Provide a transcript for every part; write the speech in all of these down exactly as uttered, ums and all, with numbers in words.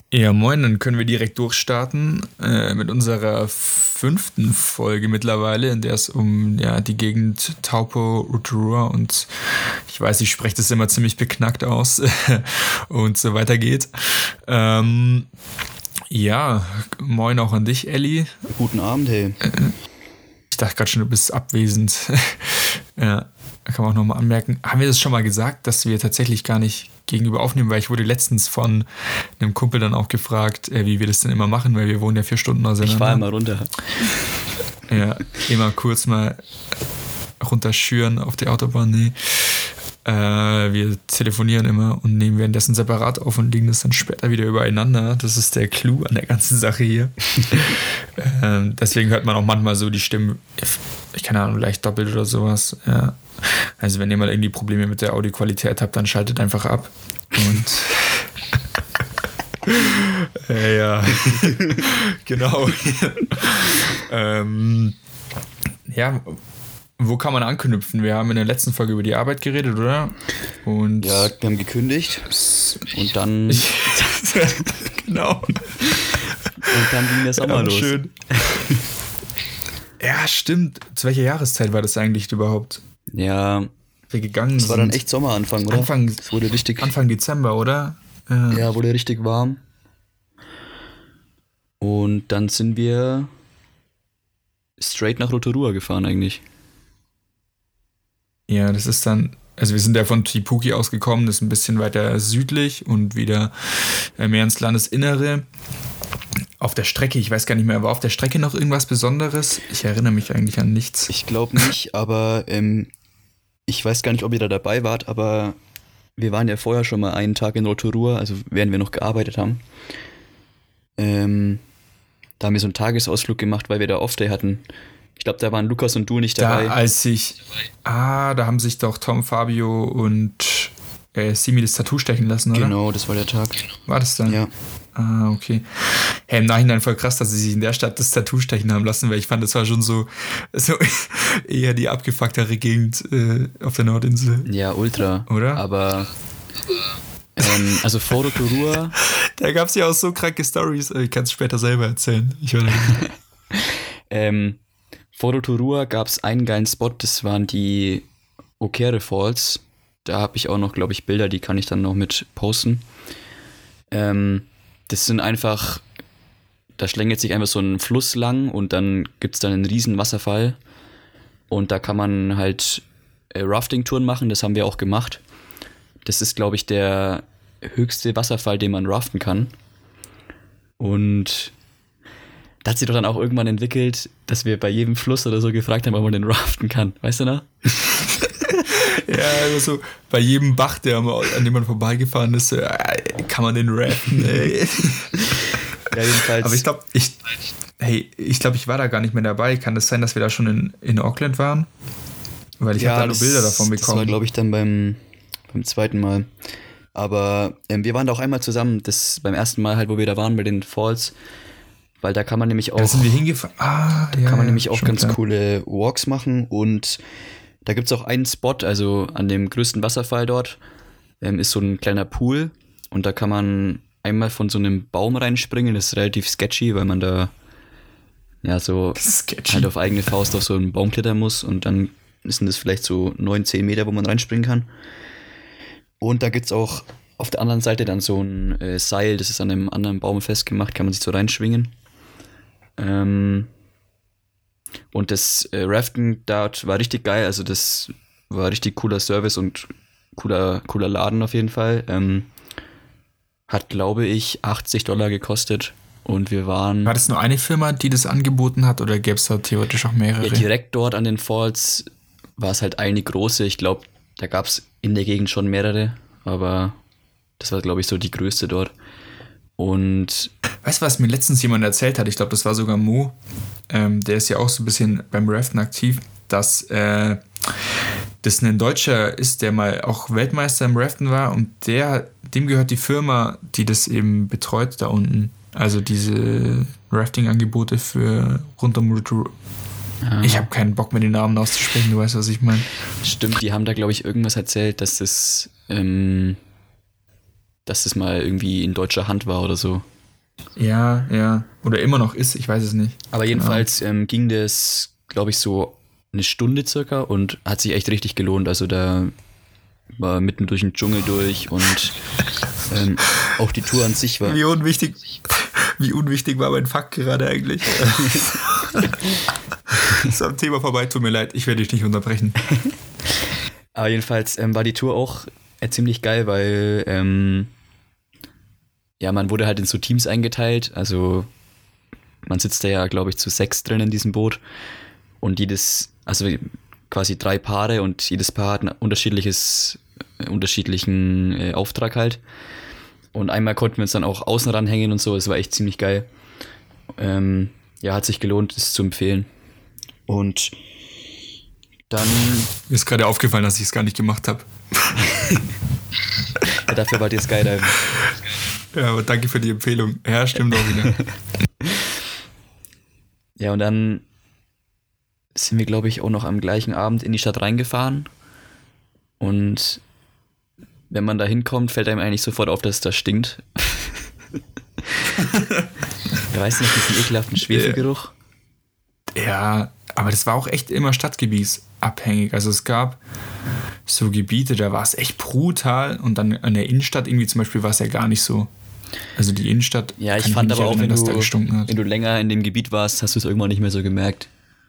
Ja, moin, dann können wir direkt durchstarten äh, mit unserer fünften Folge mittlerweile, in der es um ja, die Gegend Taupo, Rotorua und ich weiß, ich spreche das immer ziemlich beknackt aus und so weiter geht. Ähm, ja, moin auch an dich, Elli. Guten Abend, hey. Ich dachte gerade schon, du bist abwesend. Ja, kann man auch nochmal anmerken. Haben wir das schon mal gesagt, dass wir tatsächlich gar nicht gegenüber aufnehmen, weil ich wurde letztens von einem Kumpel dann auch gefragt, äh, wie wir das denn immer machen, weil wir wohnen ja vier Stunden auseinander. Ich fahre immer runter. Ja, immer kurz mal runterschüren auf die Autobahn, nee. Äh, wir telefonieren immer und nehmen währenddessen separat auf und legen das dann später wieder übereinander. Das ist der Clou an der ganzen Sache hier. ähm, deswegen hört man auch manchmal so die Stimmen, ich keine Ahnung, leicht doppelt oder sowas. Ja. Also wenn ihr mal irgendwie Probleme mit der Audioqualität habt, dann schaltet einfach ab. Und äh, ja, genau. ähm, ja, wo kann man anknüpfen? Wir haben in der letzten Folge über die Arbeit geredet, oder? Und ja, wir haben gekündigt und dann genau. Und dann ging der Sommer ja, los. Schön. Ja, stimmt. Zu welcher Jahreszeit war das eigentlich überhaupt? Ja, wir gegangen es war sind? dann echt Sommeranfang, oder? Anfang, es wurde richtig, Anfang Dezember, oder? Ja. ja, wurde richtig warm. Und dann sind wir straight nach Rotorua gefahren eigentlich. Ja, das ist dann, also wir sind ja von Tipuki ausgekommen, das ist ein bisschen weiter südlich und wieder mehr ins Landesinnere. Auf der Strecke, ich weiß gar nicht mehr, war auf der Strecke noch irgendwas Besonderes? Ich erinnere mich eigentlich an nichts. Ich glaube nicht, aber ähm, ich weiß gar nicht, ob ihr da dabei wart, aber wir waren ja vorher schon mal einen Tag in Rotorua, also während wir noch gearbeitet haben. Ähm, da haben wir so einen Tagesausflug gemacht, weil wir da Off-Day hatten. Ich glaube, da waren Lukas und du nicht dabei. Da, als ich, ah, da haben sich doch Tom, Fabio und äh, Simi das Tattoo stechen lassen, oder? Genau, das war der Tag. War das dann? Ja. Ah, okay. Hey, im Nachhinein voll krass, dass sie sich in der Stadt das Tattoo stechen haben lassen, weil ich fand, das war schon so, so eher die abgefucktere Gegend äh, auf der Nordinsel. Ja, ultra. Oder? Aber, ähm, also vor Rotorua. Da gab es ja auch so kranke Storys. Ich kann es später selber erzählen. Ich höre nicht. ähm, vor Rotorua gab es einen geilen Spot, das waren die Okere Falls. Da habe ich auch noch, glaube ich, Bilder, die kann ich dann noch mit posten. Ähm, das sind einfach, da schlängelt sich einfach so ein Fluss lang und dann gibt es dann einen riesen Wasserfall und da kann man halt äh, Rafting-Touren machen, das haben wir auch gemacht. Das ist, glaube ich, der höchste Wasserfall, den man raften kann. Und da hat sich doch dann auch irgendwann entwickelt, dass wir bei jedem Fluss oder so gefragt haben, ob man den raften kann. Weißt du noch? Ja, also bei jedem Bach, der, an dem man vorbeigefahren ist, kann man den raften, ey. Ja, jedenfalls. Aber ich glaube, ich, hey, ich glaube, ich war da gar nicht mehr dabei. Kann das sein, dass wir da schon in, in Auckland waren? Weil ich ja, habe da nur Bilder davon bekommen. Das war, glaube ich, dann beim, beim zweiten Mal. Aber ähm, wir waren da auch einmal zusammen, das beim ersten Mal halt, wo wir da waren, bei den Falls. Weil da kann man nämlich auch. Da sind wir hingefahren. Ah, da ja, kann man nämlich auch ganz klar. coole Walks machen und da gibt es auch einen Spot, also an dem größten Wasserfall dort, ähm, ist so ein kleiner Pool und da kann man einmal von so einem Baum reinspringen, das ist relativ sketchy, weil man da ja so sketchy. halt auf eigene Faust auf so einen Baum klettern muss und dann sind das vielleicht so neun, zehn Meter, wo man reinspringen kann. Und da gibt es auch auf der anderen Seite dann so ein äh, Seil, das ist an einem anderen Baum festgemacht, kann man sich so reinschwingen. Ähm... Und das äh, Raften dort war richtig geil, also das war richtig cooler Service und cooler, cooler Laden auf jeden Fall. Ähm, hat, glaube ich, achtzig Dollar gekostet und wir waren... War das nur eine Firma, die das angeboten hat oder gäbe es da theoretisch auch mehrere? Ja, direkt dort an den Falls war es halt eine große, ich glaube, da gab es in der Gegend schon mehrere, aber das war, glaube ich, so die größte dort. Und weißt du, was mir letztens jemand erzählt hat? Ich glaube, das war sogar Mo. Ähm, der ist ja auch so ein bisschen beim Raften aktiv, dass äh, das ein Deutscher ist, der mal auch Weltmeister im Raften war und der, dem gehört die Firma, die das eben betreut da unten. Also diese Rafting-Angebote für rund um Rotorua. Ja. Ich habe keinen Bock mehr, den Namen auszusprechen, du weißt, was ich meine. Stimmt, die haben da, glaube ich, irgendwas erzählt, dass das ähm, dass das mal irgendwie in deutscher Hand war oder so. Ja, ja. Oder immer noch ist, ich weiß es nicht. Aber jedenfalls ähm, ging das, glaube ich, so eine Stunde circa und hat sich echt richtig gelohnt. Also da war mitten durch den Dschungel durch und ähm, auch die Tour an sich war... Wie unwichtig, wie unwichtig war mein Fakt gerade eigentlich? Ist am Thema vorbei, tut mir leid, ich werde dich nicht unterbrechen. Aber jedenfalls ähm, war die Tour auch äh, ziemlich geil, weil ähm, ja, man wurde halt in so Teams eingeteilt. Also man sitzt da ja, glaube ich, zu sechs drin in diesem Boot und jedes, also quasi drei Paare und jedes Paar hat ein unterschiedliches, äh, unterschiedlichen äh, Auftrag halt. Und einmal konnten wir uns dann auch außen ranhängen und so, es war echt ziemlich geil. Ähm, ja, hat sich gelohnt, das zu empfehlen. Und dann... Mir ist gerade aufgefallen, dass ich es gar nicht gemacht habe. Ja, dafür war dir Skydiven. Ja, aber danke für die Empfehlung. Ja, stimmt auch wieder. Ja, und dann sind wir, glaube ich, auch noch am gleichen Abend in die Stadt reingefahren. Und wenn man da hinkommt, fällt einem eigentlich sofort auf, dass es da stinkt. Ja, weißt du noch, diesen ekelhaften Schwefelgeruch? Ja, aber das war auch echt immer stadtgebietsabhängig. Also es gab so Gebiete, da war es echt brutal und dann in der Innenstadt irgendwie zum Beispiel war es ja gar nicht so. Also die Innenstadt. Ja, ich fand aber auch, wenn dass da du, gestunken hat. wenn du länger in dem Gebiet warst, hast du es irgendwann nicht mehr so gemerkt.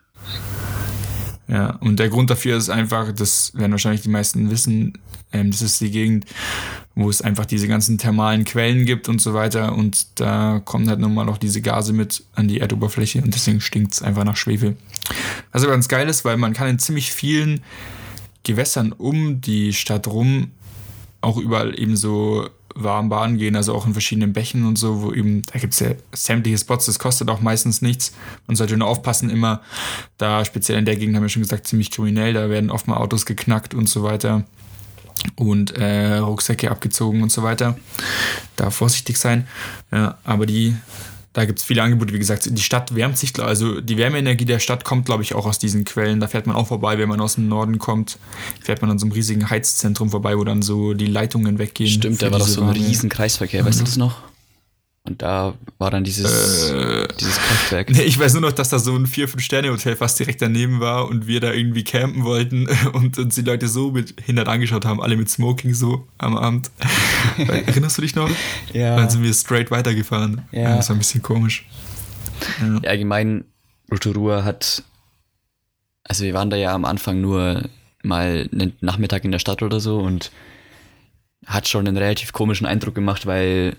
Ja, und der Grund dafür ist einfach, das werden wahrscheinlich die meisten wissen, ähm, das ist die Gegend, wo es einfach diese ganzen thermalen Quellen gibt und so weiter und da kommen halt nochmal auch diese Gase mit an die Erdoberfläche und deswegen stinkt es einfach nach Schwefel. Was aber ganz geil ist, weil man kann in ziemlich vielen Gewässern um die Stadt rum auch überall eben so warm baden gehen, also auch in verschiedenen Bächen und so, wo eben, da gibt es ja sämtliche Spots, das kostet auch meistens nichts. Man sollte nur aufpassen immer, da speziell in der Gegend, haben wir schon gesagt, ziemlich kriminell, da werden oft mal Autos geknackt und so weiter und äh, Rucksäcke abgezogen und so weiter. Da vorsichtig sein. Ja, aber die, da gibt es viele Angebote, wie gesagt, die Stadt wärmt sich, also die Wärmeenergie der Stadt kommt, glaube ich, auch aus diesen Quellen. Da fährt man auch vorbei, wenn man aus dem Norden kommt, fährt man an so einem riesigen Heizzentrum vorbei, wo dann so die Leitungen weggehen. Stimmt, da war doch so ein riesen Kreisverkehr, weißt du das noch? Und da war dann dieses, äh, dieses Kraftwerk. Nee, ich weiß nur noch, dass da so ein vier fünf Sterne Hotel fast direkt daneben war und wir da irgendwie campen wollten und uns die Leute so behindert angeschaut haben, alle mit Smoking so am Abend. Erinnerst du dich noch? Ja. Dann sind wir straight weitergefahren. Ja. Ja, das war ein bisschen komisch. Ja. Ja, allgemein, Rotorua hat, also wir waren da ja am Anfang nur mal einen Nachmittag in der Stadt oder so und hat schon einen relativ komischen Eindruck gemacht, weil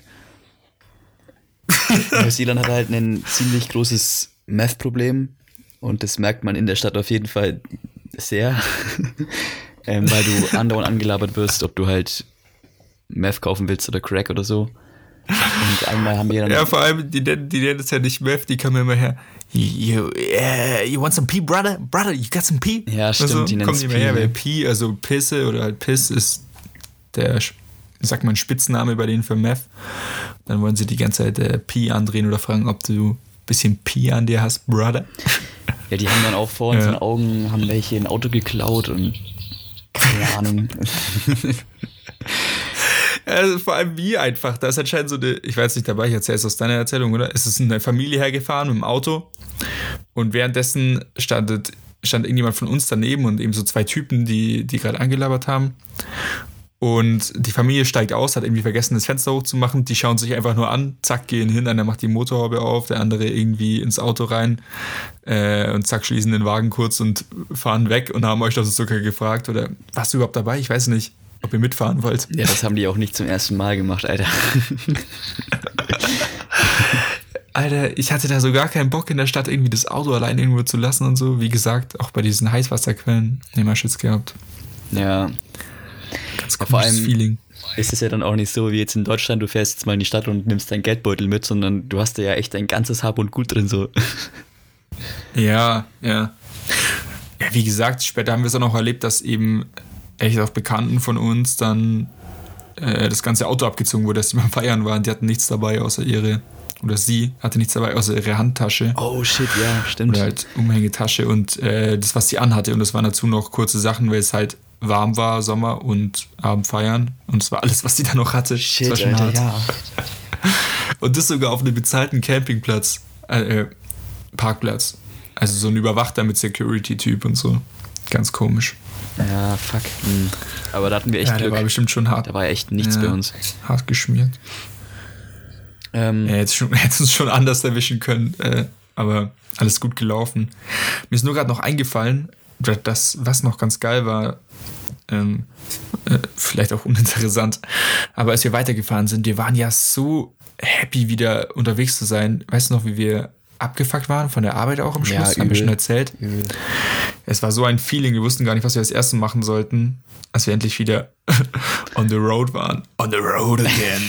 Neuseeland hat halt ein ziemlich großes Meth-Problem und das merkt man in der Stadt auf jeden Fall sehr, ähm, weil du andauernd angelabert wirst, ob du halt Meth kaufen willst oder Crack oder so. Und einmal haben wir dann... Ja, vor allem, die nennen, die nennen es ja nicht Meth, die kommen immer her. You, uh, you want some pee, brother? Brother, you got some pee? Ja, stimmt, also, die nennen es Pee. Her, weil Pee, also Pisse oder halt Piss ist der, sagt man, Spitzname bei denen für Meth. Dann wollen sie die ganze Zeit äh, Pee andrehen oder fragen, ob du ein bisschen Pee an dir hast, brother. Ja, die haben dann auch vor unseren ja. Augen, haben welche ein Auto geklaut und keine Ahnung. Also vor allem wie einfach. Da ist anscheinend so eine, ich weiß nicht dabei, ich erzähle es aus deiner Erzählung, oder? Es ist eine Familie hergefahren mit dem Auto und währenddessen standet, stand irgendjemand von uns daneben und eben so zwei Typen, die, die gerade angelabert haben. Und die Familie steigt aus, hat irgendwie vergessen, das Fenster hochzumachen. Die schauen sich einfach nur an, zack, gehen hin. Einer macht die Motorhaube auf, der andere irgendwie ins Auto rein äh, und zack, schließen den Wagen kurz und fahren weg und haben euch das sogar gefragt. Oder warst du überhaupt dabei? Ich weiß nicht, ob ihr mitfahren wollt. Ja, das haben die auch nicht zum ersten Mal gemacht, Alter. Alter, ich hatte da so gar keinen Bock in der Stadt irgendwie das Auto allein irgendwo zu lassen und so. Wie gesagt, auch bei diesen Heißwasserquellen immer Schiss gehabt. Ja. Ganz ja, vor allem Feeling. Ist es ja dann auch nicht so wie jetzt in Deutschland, du fährst jetzt mal in die Stadt und nimmst deinen Geldbeutel mit, sondern du hast da ja echt dein ganzes Hab und Gut drin so. Ja, ja. Ja, wie gesagt, später haben wir es auch noch erlebt, dass eben echt auch Bekannten von uns dann äh, das ganze Auto abgezogen wurde, dass die beim Feiern waren. Die hatten nichts dabei außer ihre, oder sie hatte nichts dabei außer ihre Handtasche. Oh shit, ja, stimmt. Oder halt Umhängetasche und äh, das, was sie anhatte. Und das waren dazu noch kurze Sachen, weil es halt warm war, Sommer und Abend feiern. Und das war alles, was sie da noch hatte. Shit, das war schon Alter, hart. ja. Und das sogar auf einem bezahlten Campingplatz, äh, Parkplatz. Also so ein Überwachter mit Security-Typ und so. Ganz komisch. Ja, fuck. Hm. Aber da hatten wir echt ja, Glück. Der war bestimmt schon hart. Da war echt nichts ja, bei uns. Hart geschmiert. Ähm, ja, jetzt schon, hätte uns schon anders erwischen können, äh, aber alles gut gelaufen. Mir ist nur gerade noch eingefallen, das, was noch ganz geil war, ähm, äh, vielleicht auch uninteressant, aber als wir weitergefahren sind, wir waren ja so happy, wieder unterwegs zu sein. Weißt du noch, wie wir abgefuckt waren von der Arbeit auch am Schluss? Ja, haben wir schon erzählt. Übel. Es war so ein Feeling, wir wussten gar nicht, was wir als erstes machen sollten, als wir endlich wieder on the road waren. On the road again.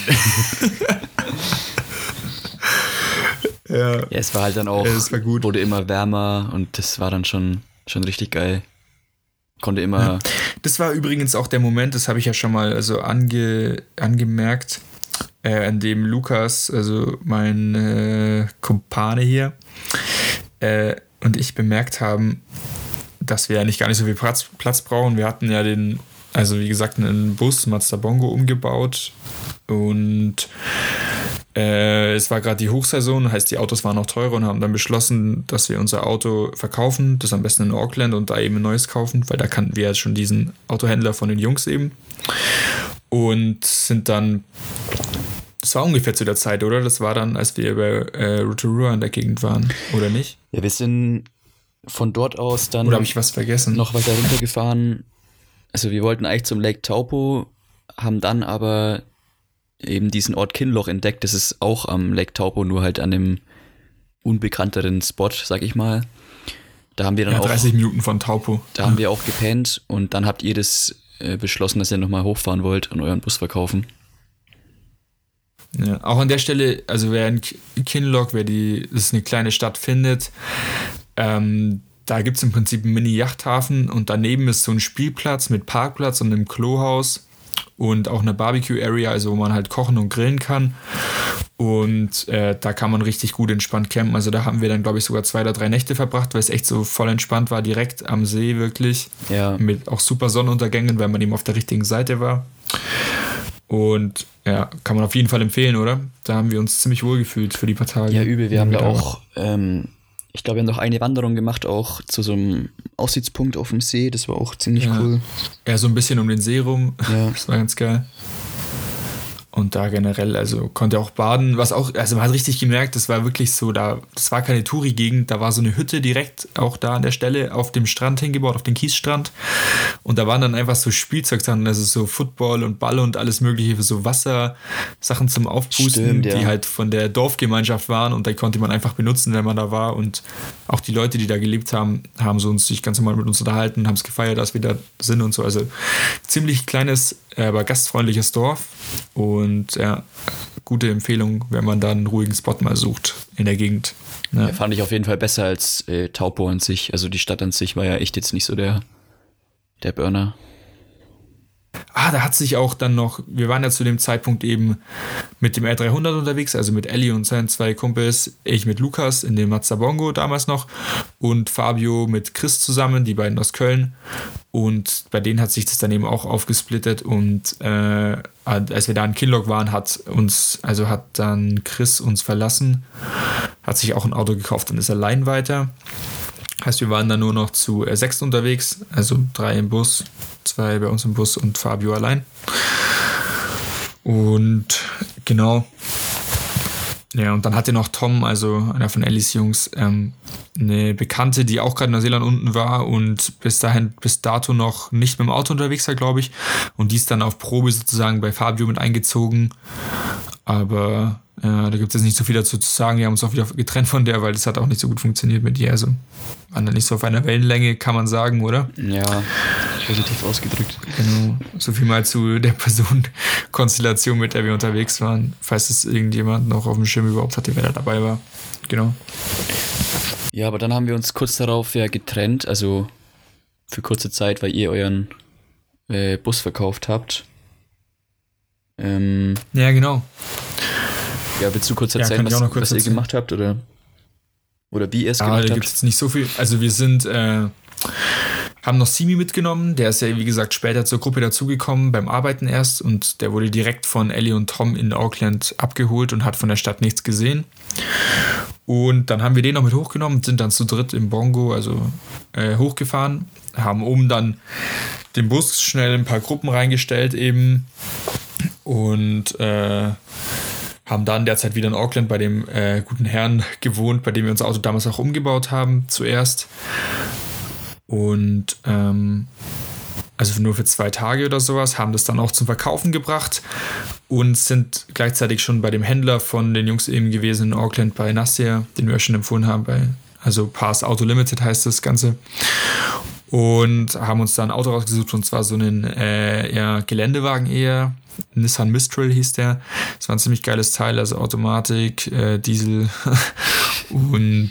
ja. ja, es war halt dann auch, ja, es war gut. Wurde immer wärmer und das war dann schon, schon richtig geil. Konnte immer... Ja. Das war übrigens auch der Moment, das habe ich ja schon mal also ange, angemerkt, äh, an dem Lukas, also mein äh, Kumpane hier, äh, und ich bemerkt haben, dass wir ja nicht gar nicht so viel Platz, Platz brauchen. Wir hatten ja den, also wie gesagt, einen Bus Mazda Bongo umgebaut und äh, es war gerade die Hochsaison, heißt die Autos waren noch teurer und haben dann beschlossen, dass wir unser Auto verkaufen, das am besten in Auckland und da eben ein neues kaufen, weil da kannten wir ja schon diesen Autohändler von den Jungs eben und sind dann, das war ungefähr zu der Zeit, oder? Das war dann, als wir bei äh, Rotorua in der Gegend waren, oder nicht? Ja, wir sind von dort aus dann oder habe ich was vergessen? Noch weiter runtergefahren. Also wir wollten eigentlich zum Lake Taupo, haben dann aber eben diesen Ort Kinloch entdeckt. Das ist auch am Lake Taupo, nur halt an dem unbekannteren Spot, sag ich mal. Da haben wir dann ja, auch dreißig Minuten von Taupo. Da haben wir auch gepennt und dann habt ihr das äh, beschlossen, dass ihr nochmal hochfahren wollt und euren Bus verkaufen. Ja, auch an der Stelle, also wer in Kinloch, wer die, das ist eine kleine Stadt findet, ähm, da gibt es im Prinzip einen Mini-Yachthafen und daneben ist so ein Spielplatz mit Parkplatz und einem Klohaus und auch eine Barbecue-Area, also wo man halt kochen und grillen kann. Und äh, da kann man richtig gut entspannt campen. Also da haben wir dann, glaube ich, sogar zwei oder drei Nächte verbracht, weil es echt so voll entspannt war, direkt am See wirklich. Ja. Mit auch super Sonnenuntergängen, weil man eben auf der richtigen Seite war. Und ja, kann man auf jeden Fall empfehlen, oder? Da haben wir uns ziemlich wohl gefühlt für die paar Tage. Ja, übel. Wir haben da auch, ähm, ich glaube, wir haben noch eine Wanderung gemacht, auch zu so einem Aussichtspunkt auf dem See. Das war auch ziemlich ja. cool. Ja, so ein bisschen um den See rum. Ja. Das war ganz geil. Und da generell, also konnte auch baden, was auch, also man hat richtig gemerkt, das war wirklich so, da, das war keine Touri-Gegend, da war so eine Hütte direkt auch da an der Stelle auf dem Strand hingebaut, auf den Kiesstrand. Und da waren dann einfach so Spielzeugsachen, also so Football und Ball und alles mögliche, für so Wassersachen zum Aufpusten, Stimmt, ja. die halt von der Dorfgemeinschaft waren und da konnte man einfach benutzen, wenn man da war. Und auch die Leute, die da gelebt haben, haben so uns sich ganz normal mit uns unterhalten, haben es gefeiert, dass wir da sind und so. Also ziemlich kleines, aber gastfreundliches Dorf. Und ja, gute Empfehlung, wenn man da einen ruhigen Spot mal sucht in der Gegend. Ja. Ja, fand ich auf jeden Fall besser als äh, Taupo an sich. Also die Stadt an sich war ja echt jetzt nicht so der, der Burner. Ah, da hat sich auch dann noch, wir waren ja zu dem Zeitpunkt eben mit dem R dreihundert unterwegs, also mit Ellie und seinen zwei Kumpels, ich mit Lukas in dem Mazda Bongo damals noch und Fabio mit Chris zusammen, die beiden aus Köln. Und bei denen hat sich das dann eben auch aufgesplittet und äh, als wir da in Kinloch waren, hat uns, also hat dann Chris uns verlassen, hat sich auch ein Auto gekauft und ist allein weiter. Heißt, wir waren dann nur noch zu äh, sechs unterwegs, also drei im Bus, zwei bei uns im Bus und Fabio allein. Und genau. Ja, und dann hatte noch Tom, also einer von Ellis Jungs, ähm, eine Bekannte, die auch gerade in Neuseeland unten war und bis dahin, bis dato noch nicht mit dem Auto unterwegs war, glaube ich. Und die ist dann auf Probe sozusagen bei Fabio mit eingezogen. Aber ja, da gibt es nicht so viel dazu zu sagen. Wir haben uns auch wieder getrennt von der, weil das hat auch nicht so gut funktioniert mit ihr. Also waren da nicht so auf einer Wellenlänge, kann man sagen, oder? Ja, positiv ausgedrückt. Genau. So viel mal zu der Personenkonstellation, mit der wir unterwegs waren. Falls es irgendjemand noch auf dem Schirm überhaupt hatte, wer da dabei war. Genau. Ja, aber dann haben wir uns kurz darauf ja getrennt, also für kurze Zeit, weil ihr euren äh, Bus verkauft habt. Ähm, ja, genau. Ja, willst du kurz erzählen, ja, was, kurz was ihr erzählen. gemacht habt oder, oder wie ihr es ja, gemacht da habt? Gibt es nicht so viel. Also wir sind, äh, haben noch Simi mitgenommen, der ist ja wie gesagt später zur Gruppe dazugekommen, beim Arbeiten erst, und der wurde direkt von Ellie und Tom in Auckland abgeholt und hat von der Stadt nichts gesehen. Und dann haben wir den noch mit hochgenommen, sind dann zu dritt im Bongo, also äh, hochgefahren, haben oben dann den Bus schnell in ein paar Gruppen reingestellt eben und äh, haben dann derzeit wieder in Auckland bei dem äh, guten Herrn gewohnt, bei dem wir unser Auto damals auch umgebaut haben zuerst. Und ähm, also nur für zwei Tage oder sowas, haben das dann auch zum Verkaufen gebracht und sind gleichzeitig schon bei dem Händler von den Jungs eben gewesen in Auckland bei Nasir, den wir ja schon empfohlen haben, bei, also Pass Auto Limited heißt das Ganze. Und haben uns da ein Auto rausgesucht, und zwar so einen äh, ja, Geländewagen eher. Nissan Mistral hieß der. Das war ein ziemlich geiles Teil, also Automatik, äh, Diesel und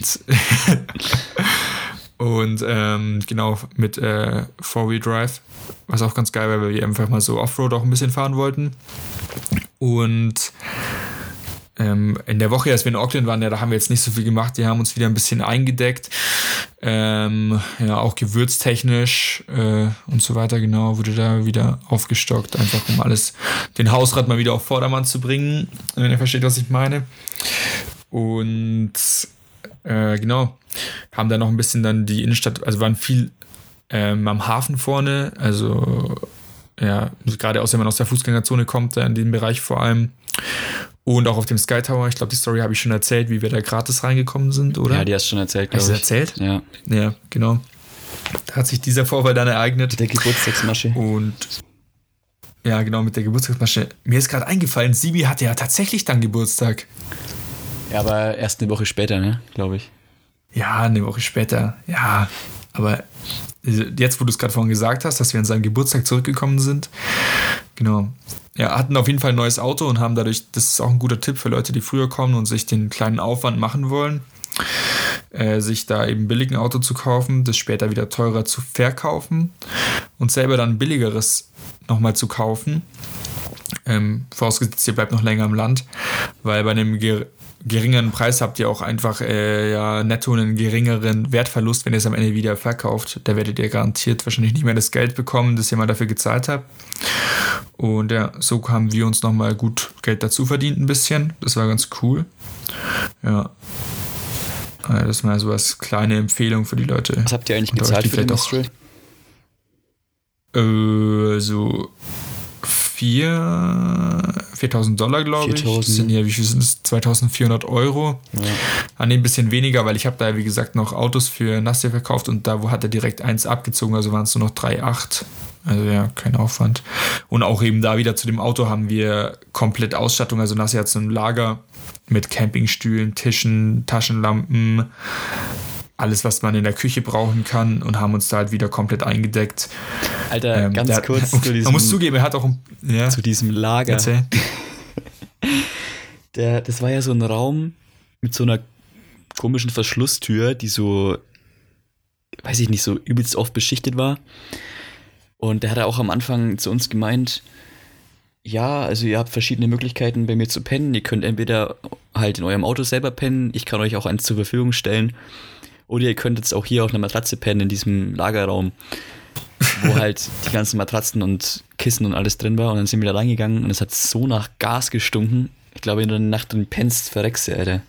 und ähm, genau mit äh, Four-Wheel-Drive, was auch ganz geil war, weil wir einfach mal so Offroad auch ein bisschen fahren wollten. Und ähm, in der Woche, als wir in Auckland waren, ja, da haben wir jetzt nicht so viel gemacht, die haben uns wieder ein bisschen eingedeckt. Ähm, ja, auch gewürztechnisch äh, und so weiter, genau, wurde da wieder aufgestockt, einfach um alles, den Hausrat mal wieder auf Vordermann zu bringen, wenn ihr versteht, was ich meine. Und äh, genau, haben da noch ein bisschen dann die Innenstadt, also waren viel ähm, am Hafen vorne, also ja, gerade aus, wenn man aus der Fußgängerzone kommt, da in dem Bereich vor allem. Und auch auf dem Sky Tower, ich glaube, die Story habe ich schon erzählt, wie wir da gratis reingekommen sind, oder? Ja, die hast du schon erzählt, glaube ich. Hast du erzählt? Ja. Ja, genau. Da hat sich dieser Vorfall dann ereignet. Mit der Geburtstagsmasche. Und ja, genau, mit der Geburtstagsmasche. Mir ist gerade eingefallen, Sibi hatte ja tatsächlich dann Geburtstag. Ja, aber erst eine Woche später, ne, glaube ich. Ja, eine Woche später. Ja, aber jetzt, wo du es gerade vorhin gesagt hast, dass wir an seinen Geburtstag zurückgekommen sind, genau. Ja, hatten auf jeden Fall ein neues Auto und haben dadurch, das ist auch ein guter Tipp für Leute, die früher kommen und sich den kleinen Aufwand machen wollen, äh, sich da eben billig ein Auto zu kaufen, das später wieder teurer zu verkaufen und selber dann ein billigeres nochmal zu kaufen. Ähm, vorausgesetzt, ihr bleibt noch länger im Land, weil bei einem ger- geringeren Preis habt ihr auch einfach äh, ja, netto einen geringeren Wertverlust, wenn ihr es am Ende wieder verkauft. Da werdet ihr garantiert wahrscheinlich nicht mehr das Geld bekommen, das ihr mal dafür gezahlt habt. Und ja, so haben wir uns nochmal gut Geld dazu verdient ein bisschen. Das war ganz cool. Ja. Das ist mal so als kleine Empfehlung für die Leute. Was habt ihr eigentlich gezahlt für den Mistral? Äh, so viertausend Dollar, glaube ich. Das sind ja, wie viel sind das? zweitausendvierhundert Euro. Ja. Ah, nee, ein bisschen weniger, weil ich habe da, wie gesagt, noch Autos für Nasir verkauft und da wo hat er direkt eins abgezogen, also waren es nur noch drei Komma acht. Also ja, kein Aufwand. Und auch eben da wieder zu dem Auto haben wir komplett Ausstattung. Also Nasir hat so ein Lager mit Campingstühlen, Tischen, Taschenlampen, alles, was man in der Küche brauchen kann, und haben uns da halt wieder komplett eingedeckt. Alter, ähm, ganz der, kurz okay, zu diesem... Man muss zugeben, er hat auch... Ja, zu diesem Lager. Erzähl. Der, das war ja so ein Raum mit so einer komischen Verschlusstür, die so, weiß ich nicht, so übelst oft beschichtet war. Und der hat auch am Anfang zu uns gemeint, ja, also ihr habt verschiedene Möglichkeiten bei mir zu pennen. Ihr könnt entweder halt in eurem Auto selber pennen, ich kann euch auch eins zur Verfügung stellen. Oder ihr könnt jetzt auch hier auf einer Matratze pennen in diesem Lagerraum, wo halt die ganzen Matratzen und Kissen und alles drin war. Und dann sind wir da reingegangen und es hat so nach Gas gestunken. Ich glaube, wenn du in der Nacht drin pennst, verreckst du, Alter.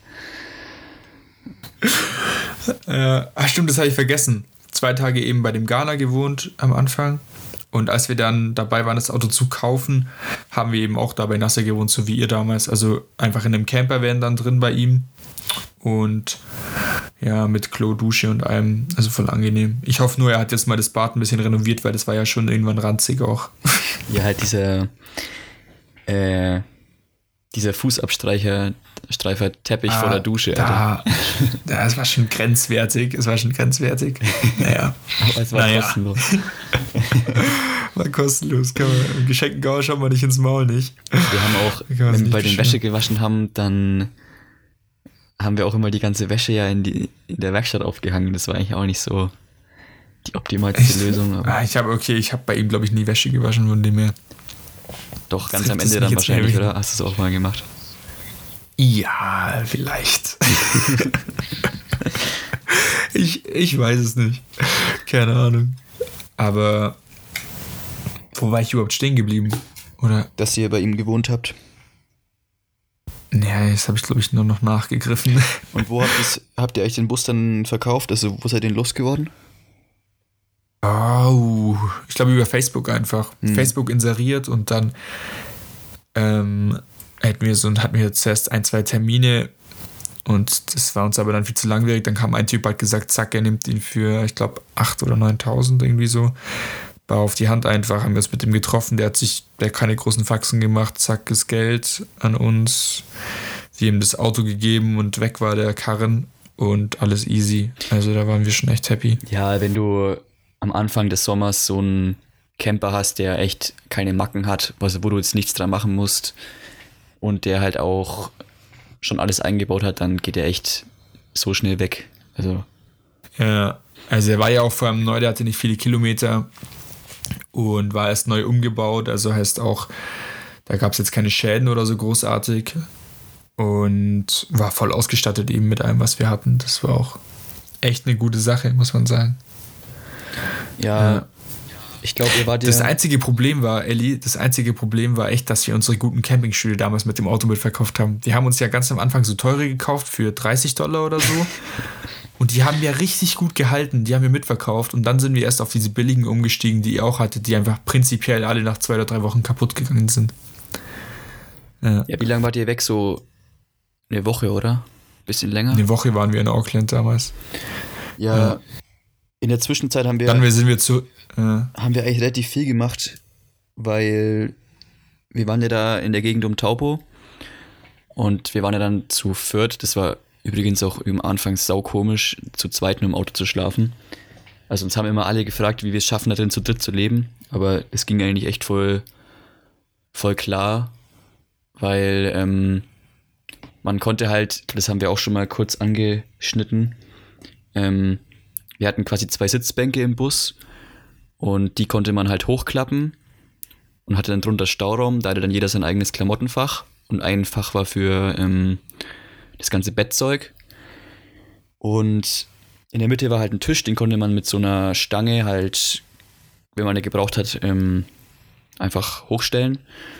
Äh, ach stimmt, das habe ich vergessen. Zwei Tage eben bei dem Ghana gewohnt am Anfang. Und als wir dann dabei waren, das Auto zu kaufen, haben wir eben auch da bei Nasser gewohnt, so wie ihr damals. Also einfach in einem Campervan dann drin bei ihm. Und ja, mit Klo, Dusche und allem. Also voll angenehm. Ich hoffe nur, er hat jetzt mal das Bad ein bisschen renoviert, weil das war ja schon irgendwann ranzig auch. Ja, halt dieser äh, dieser Fußabstreicher Streifer Teppich ah, vor der Dusche. Da, da, das war schon grenzwertig. Es war schon grenzwertig. Naja. Aber es war naja. kostenlos. War kostenlos. Kann man, im geschenkten Gau schauen wir nicht ins Maul, nicht. Wir haben auch, wenn wir bei den Wäsche gewaschen haben, dann haben wir auch immer die ganze Wäsche ja in, die, in der Werkstatt aufgehangen. Das war eigentlich auch nicht so die optimalste ich, Lösung. Aber ah, ich habe okay, ich habe bei ihm, glaube ich, nie Wäsche gewaschen, von dem her. Doch, ganz am Ende dann wahrscheinlich, oder? Hast du es auch mal gemacht? Ja, vielleicht. ich, ich weiß es nicht. Keine Ahnung. Aber wo war ich überhaupt stehen geblieben? Oder? Dass ihr bei ihm gewohnt habt. Naja, das habe ich, glaube ich, nur noch nachgegriffen. Und wo habt, ihr's, habt ihr euch den Bus dann verkauft? Also wo seid ihr denn losgeworden? Oh, ich glaube über Facebook einfach. Hm. Facebook inseriert und dann ähm, hätten wir so hatten wir zuerst ein, zwei Termine und das war uns aber dann viel zu langwierig. Dann kam ein Typ, hat gesagt, zack, er nimmt ihn für, ich glaube, achttausend oder neuntausend irgendwie so. War auf die Hand einfach, haben wir uns mit dem getroffen. Der hat sich, der hat keine großen Faxen gemacht, zack, das Geld an uns. Wir haben das Auto gegeben und weg war der Karren und alles easy. Also da waren wir schon echt happy. Ja, wenn du am Anfang des Sommers so einen Camper hast, der echt keine Macken hat, also wo du jetzt nichts dran machen musst und der halt auch schon alles eingebaut hat, dann geht er echt so schnell weg. Also ja, also er war ja auch vor allem neu, der hatte nicht viele Kilometer und war erst neu umgebaut, also heißt auch, da gab es jetzt keine Schäden oder so großartig und war voll ausgestattet eben mit allem, was wir hatten. Das war auch echt eine gute Sache, muss man sagen. Ja, ja. Ich glaube, ihr wart ja... Das einzige Problem war, Elli, das einzige Problem war echt, dass wir unsere guten Campingstühle damals mit dem Auto mitverkauft haben. Wir haben uns ja ganz am Anfang so teure gekauft für dreißig Dollar oder so. Und die haben wir richtig gut gehalten, die haben wir mitverkauft. Und dann sind wir erst auf diese billigen umgestiegen, die ihr auch hattet, die einfach prinzipiell alle nach zwei oder drei Wochen kaputt gegangen sind. Ja, ja wie lange wart ihr weg? So eine Woche, oder? Bisschen länger? Eine Woche waren wir in Auckland damals. Ja, ja. In der Zwischenzeit haben wir... Dann sind wir zu... Äh, haben wir eigentlich relativ viel gemacht, weil wir waren ja da in der Gegend um Taupo und wir waren ja dann zu viert. Das war übrigens auch im Anfang saukomisch, zu zweit nur im Auto zu schlafen. Also uns haben immer alle gefragt, wie wir es schaffen, da drin zu dritt zu leben. Aber es ging eigentlich echt voll, voll klar, weil ähm, man konnte halt, das haben wir auch schon mal kurz angeschnitten, ähm, wir hatten quasi zwei Sitzbänke im Bus und die konnte man halt hochklappen und hatte dann drunter Stauraum, da hatte dann jeder sein eigenes Klamottenfach und ein Fach war für ähm, das ganze Bettzeug. Und in der Mitte war halt ein Tisch, den konnte man mit so einer Stange halt, wenn man eine gebraucht hat, ähm, einfach hochstellen.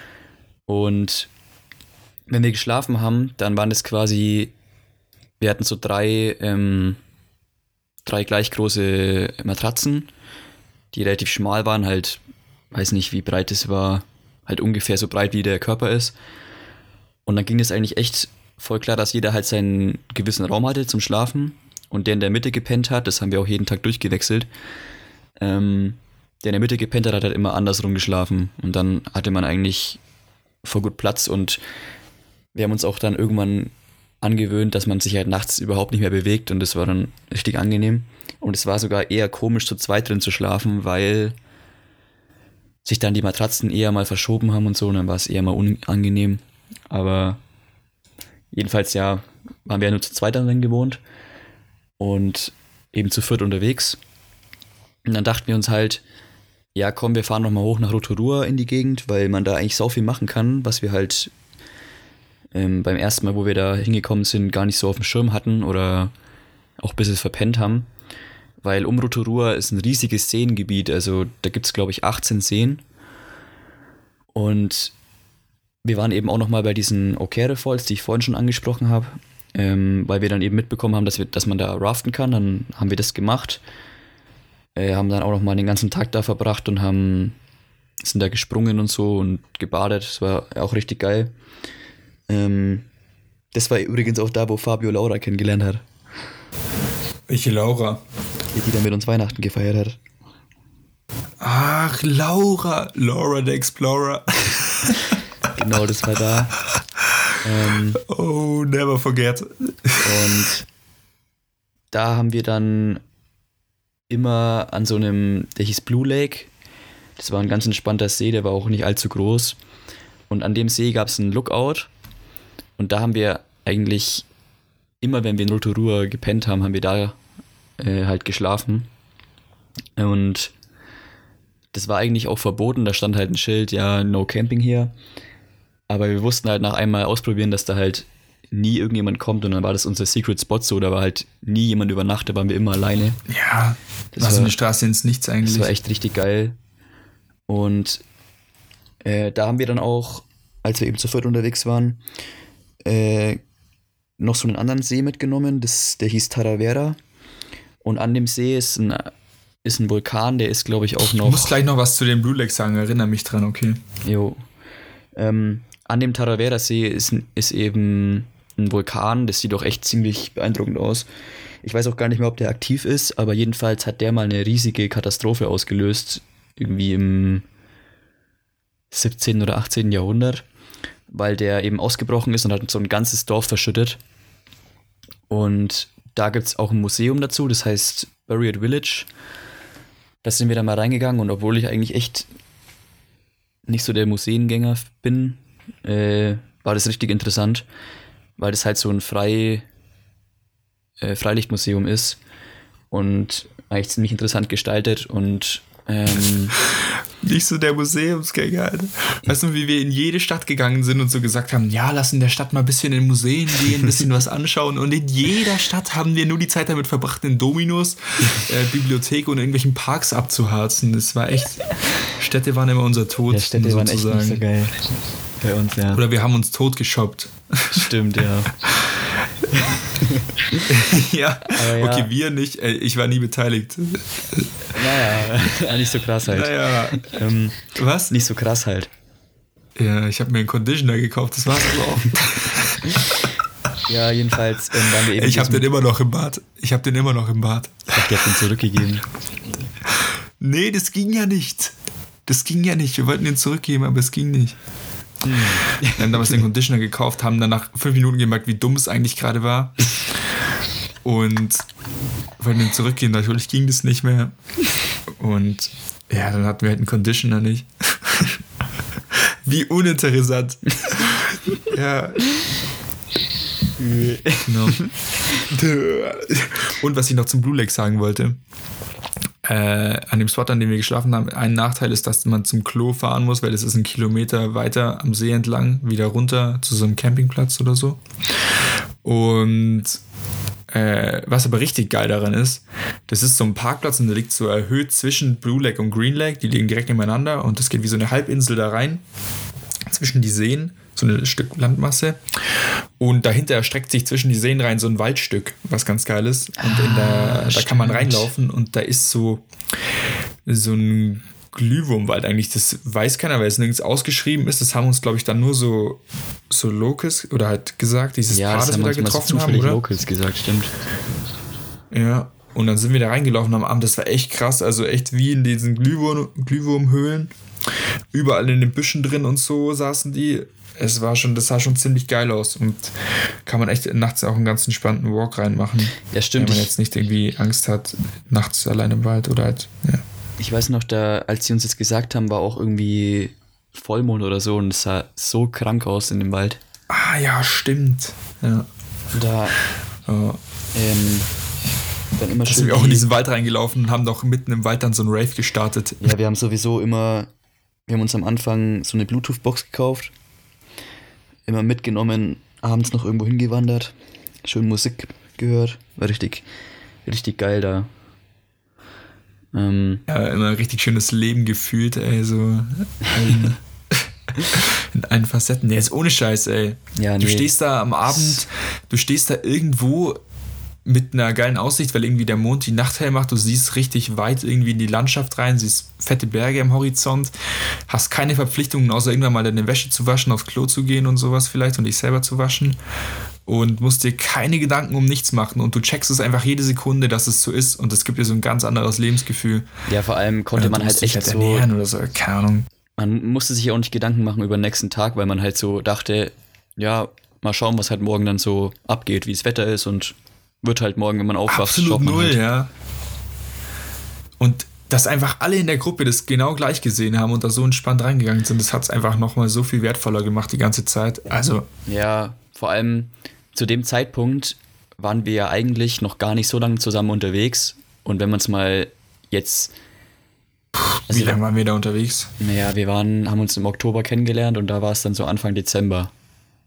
Und wenn wir geschlafen haben, dann waren das quasi, wir hatten so drei, ähm, drei gleich große Matratzen, die relativ schmal waren, halt, weiß nicht, wie breit es war, halt ungefähr so breit, wie der Körper ist. Und dann ging es eigentlich echt voll klar, dass jeder halt seinen gewissen Raum hatte zum Schlafen und der in der Mitte gepennt hat, das haben wir auch jeden Tag durchgewechselt, ähm, der in der Mitte gepennt hat, hat halt immer andersrum geschlafen und dann hatte man eigentlich voll gut Platz und wir haben uns auch dann irgendwann angewöhnt, dass man sich halt nachts überhaupt nicht mehr bewegt und das war dann richtig angenehm. Und es war sogar eher komisch, zu zweit drin zu schlafen, weil sich dann die Matratzen eher mal verschoben haben und so und dann war es eher mal unangenehm. Aber jedenfalls, ja, waren wir ja nur zu zweit drin gewohnt und eben zu viert unterwegs. Und dann dachten wir uns halt, ja komm, wir fahren nochmal hoch nach Rotorua in die Gegend, weil man da eigentlich sau viel machen kann, was wir halt Ähm, beim ersten Mal, wo wir da hingekommen sind, gar nicht so auf dem Schirm hatten oder auch ein bisschen verpennt haben, weil um Rotorua ist ein riesiges Seengebiet, also da gibt es glaube ich achtzehn Seen und wir waren eben auch nochmal bei diesen Okere Falls, die ich vorhin schon angesprochen habe, ähm, weil wir dann eben mitbekommen haben, dass, wir, dass man da raften kann, dann haben wir das gemacht, äh, haben dann auch nochmal den ganzen Tag da verbracht und haben sind da gesprungen und so und gebadet, das war auch richtig geil. Ähm, das war übrigens auch da, wo Fabio Laura kennengelernt hat. Welche Laura? Die, die dann mit uns Weihnachten gefeiert hat. Ach, Laura. Laura the Explorer. Genau, das war da. Ähm, oh, never forget. Und da haben wir dann immer an so einem, der hieß Blue Lake. Das war ein ganz entspannter See, der war auch nicht allzu groß. Und an dem See gab es einen Lookout. Und da haben wir eigentlich immer, wenn wir in Rotorua gepennt haben, haben wir da äh, halt geschlafen. Und das war eigentlich auch verboten. Da stand halt ein Schild, ja, no camping hier. Aber wir wussten halt nach einmal ausprobieren, dass da halt nie irgendjemand kommt und dann war das unser Secret Spot so, da war halt nie jemand über Nacht, da waren wir immer alleine. Ja, das war so eine Straße ins Nichts eigentlich. Das war echt richtig geil. Und äh, da haben wir dann auch, als wir eben zu viert unterwegs waren, äh, noch so einen anderen See mitgenommen, das, der hieß Taravera. Und an dem See ist ein, ist ein Vulkan, der ist, glaube ich, auch noch... Du musst gleich noch was zu dem Blue Lake sagen, erinnere mich dran, okay. Jo. Ähm, an dem Taravera-See ist, ist eben ein Vulkan, das sieht auch echt ziemlich beeindruckend aus. Ich weiß auch gar nicht mehr, ob der aktiv ist, aber jedenfalls hat der mal eine riesige Katastrophe ausgelöst, irgendwie im siebzehnten oder achtzehnten Jahrhundert, weil der eben ausgebrochen ist und hat so ein ganzes Dorf verschüttet. Und da gibt es auch ein Museum dazu, das heißt Buried Village. Da sind wir dann mal reingegangen und obwohl ich eigentlich echt nicht so der Museengänger bin, äh, war das richtig interessant, weil das halt so ein frei, äh, Freilichtmuseum ist und eigentlich ziemlich interessant gestaltet und ähm, nicht so der Museumsgänger, Alter. Weißt du, wie wir in jede Stadt gegangen sind und so gesagt haben, ja, lass in der Stadt mal ein bisschen in Museen gehen, ein bisschen was anschauen. Und in jeder Stadt haben wir nur die Zeit damit verbracht, in Dominos, äh, Bibliothek und irgendwelchen Parks abzuharzen. Das war echt, Städte waren immer unser Tod. Ja, Städte sozusagen. Waren echt nicht so geil bei uns, ja. Oder wir haben uns tot geshoppt. Stimmt, ja. ja, ja, okay, wir nicht. Ich war nie beteiligt. Naja, nicht so krass halt. Naja. Ähm, Was? Nicht so krass halt. Ja, ich habe mir einen Conditioner gekauft, das war's aber auch. Ja, jedenfalls ähm, waren wir eben... Ich habe den immer noch im Bad. Ich habe den immer noch im Bad. Ich hab dir den zurückgegeben. Nee, das ging ja nicht. Das ging ja nicht. Wir wollten den zurückgeben, aber es ging nicht. Hm. Wir haben damals den Conditioner gekauft, haben dann nach fünf Minuten gemerkt, wie dumm es eigentlich gerade war. Und wollten den zurückgeben, natürlich ging das nicht mehr. Und ja, dann hatten wir halt einen Conditioner nicht. Wie uninteressant. Ja. Genau. Und was ich noch zum Blue Lake sagen wollte, äh, an dem Spot, an dem wir geschlafen haben, ein Nachteil ist, dass man zum Klo fahren muss, weil es ist ein Kilometer weiter am See entlang, wieder runter zu so einem Campingplatz oder so. Und äh, was aber richtig geil daran ist, das ist so ein Parkplatz und der liegt so erhöht zwischen Blue Lake und Green Lake, die liegen direkt nebeneinander und das geht wie so eine Halbinsel da rein, zwischen die Seen, so ein Stück Landmasse. Und dahinter erstreckt sich zwischen die Seen rein so ein Waldstück, was ganz geil ist. Und in der, ah, da kann man reinlaufen und da ist so, so ein Glühwurmwald eigentlich. Das weiß keiner, weil es nirgends ausgeschrieben ist. Das haben uns, glaube ich, dann nur so, so Locals oder halt gesagt, dieses ja, Paar, das wir da getroffen haben, oder? Locals gesagt, stimmt. Ja, und dann sind wir da reingelaufen am Abend. Das war echt krass. Also echt wie in diesen Glühwurm, Glühwurmhöhlen. Überall in den Büschen drin und so saßen die. Es war schon, das sah schon ziemlich geil aus und kann man echt nachts auch einen ganz entspannten Walk reinmachen. Ja, stimmt. Wenn man jetzt nicht irgendwie Angst hat, nachts allein im Wald oder halt, ja. Ich weiß noch, da, als sie uns das gesagt haben, war auch irgendwie Vollmond oder so und es sah so krank aus in dem Wald. Ah ja, stimmt. Ja. Da oh. ähm, dann immer schön. Sind wir auch in diesen Wald reingelaufen und haben doch mitten im Wald dann so ein Rave gestartet. Ja, wir haben sowieso immer, wir haben uns am Anfang so eine Bluetooth-Box gekauft. Immer mitgenommen, abends noch irgendwo hingewandert, schön Musik gehört, war richtig, richtig geil da. Ähm, ja, immer ein richtig schönes Leben gefühlt, ey, so in, in allen Facetten. Nee, ist ohne Scheiß, ey. Ja, du nee. stehst da am Abend, du stehst da irgendwo mit einer geilen Aussicht, weil irgendwie der Mond die Nacht hell macht, du siehst richtig weit irgendwie in die Landschaft rein, siehst fette Berge am Horizont, hast keine Verpflichtungen, außer irgendwann mal deine Wäsche zu waschen, aufs Klo zu gehen und sowas vielleicht und dich selber zu waschen und musst dir keine Gedanken um nichts machen und du checkst es einfach jede Sekunde, dass es so ist und es gibt dir so ein ganz anderes Lebensgefühl. Ja, vor allem konnte man halt echt halt so ernähren oder so, keine Ahnung. Man musste sich ja auch nicht Gedanken machen über den nächsten Tag, weil man halt so dachte, ja, mal schauen, was halt morgen dann so abgeht, wie das Wetter ist und wird halt morgen, wenn man aufwacht, absolut null, halt. Ja. Und dass einfach alle in der Gruppe das genau gleich gesehen haben und da so entspannt reingegangen sind, das hat es einfach nochmal so viel wertvoller gemacht die ganze Zeit. Also ja, vor allem zu dem Zeitpunkt waren wir ja eigentlich noch gar nicht so lange zusammen unterwegs und wenn man es mal jetzt... Also wie lange waren wir da unterwegs? Naja, wir waren, haben uns im Oktober kennengelernt und da war es dann so Anfang Dezember.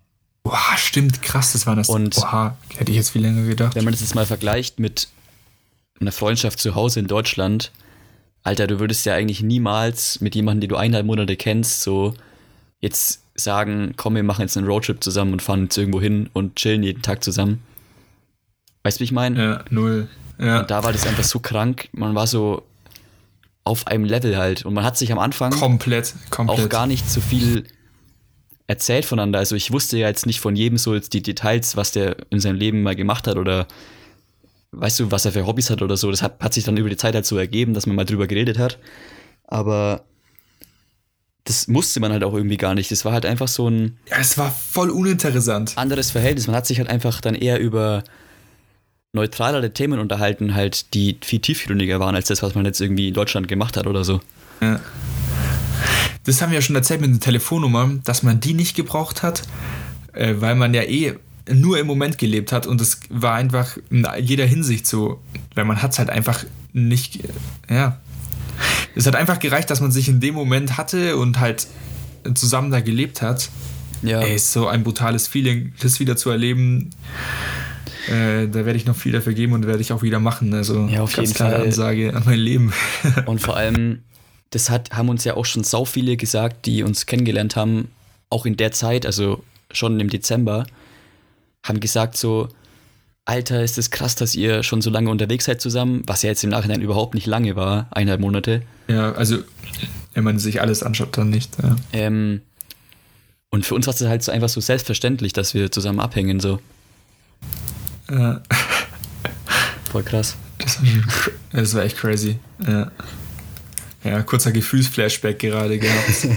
Boah, stimmt, krass, das war das. Und Boah, hätte ich jetzt viel länger gedacht. Wenn man das jetzt mal vergleicht mit einer Freundschaft zu Hause in Deutschland, Alter, du würdest ja eigentlich niemals mit jemandem, den du eineinhalb Monate kennst, so jetzt sagen, komm, wir machen jetzt einen Roadtrip zusammen und fahren jetzt irgendwo hin und chillen jeden Tag zusammen. Weißt du, wie ich meine? Ja, null. Ja. Und da war das einfach so krank, man war so auf einem Level halt und man hat sich am Anfang komplett, komplett. auch gar nicht so viel erzählt voneinander. Also ich wusste ja jetzt nicht von jedem so jetzt die Details, was der in seinem Leben mal gemacht hat oder weißt du, was er für Hobbys hat oder so. Das hat, hat sich dann über die Zeit halt so ergeben, dass man mal drüber geredet hat. Aber das musste man halt auch irgendwie gar nicht. Das war halt einfach so ein ja, es war voll uninteressant. Anderes Verhältnis. Man hat sich halt einfach dann eher über neutralere Themen unterhalten, halt, die viel tiefgründiger waren als das, was man jetzt irgendwie in Deutschland gemacht hat oder so. Ja. Das haben wir ja schon erzählt mit der Telefonnummer, dass man die nicht gebraucht hat, äh, weil man ja eh nur im Moment gelebt hat und es war einfach in jeder Hinsicht so, weil man hat es halt einfach nicht, ja. Es hat einfach gereicht, dass man sich in dem Moment hatte und halt zusammen da gelebt hat. Ja. Ey, ist so ein brutales Feeling, das wieder zu erleben. Äh, da werde ich noch viel dafür geben und werde ich auch wieder machen. Also ja, auf ganz jeden klare Fall. Ansage an mein Leben. Und vor allem, das hat, haben uns ja auch schon sau viele gesagt, die uns kennengelernt haben, auch in der Zeit, also schon im Dezember, haben gesagt so, Alter, ist das krass, dass ihr schon so lange unterwegs seid zusammen, was ja jetzt im Nachhinein überhaupt nicht lange war, eineinhalb Monate. Ja, also wenn man sich alles anschaut, dann nicht. Ja. Ähm, und für uns war es halt so einfach so selbstverständlich, dass wir zusammen abhängen, so. Ja. Voll krass. Das war, schon, das war echt crazy. Ja, ja kurzer Gefühlsflashback gerade gehabt.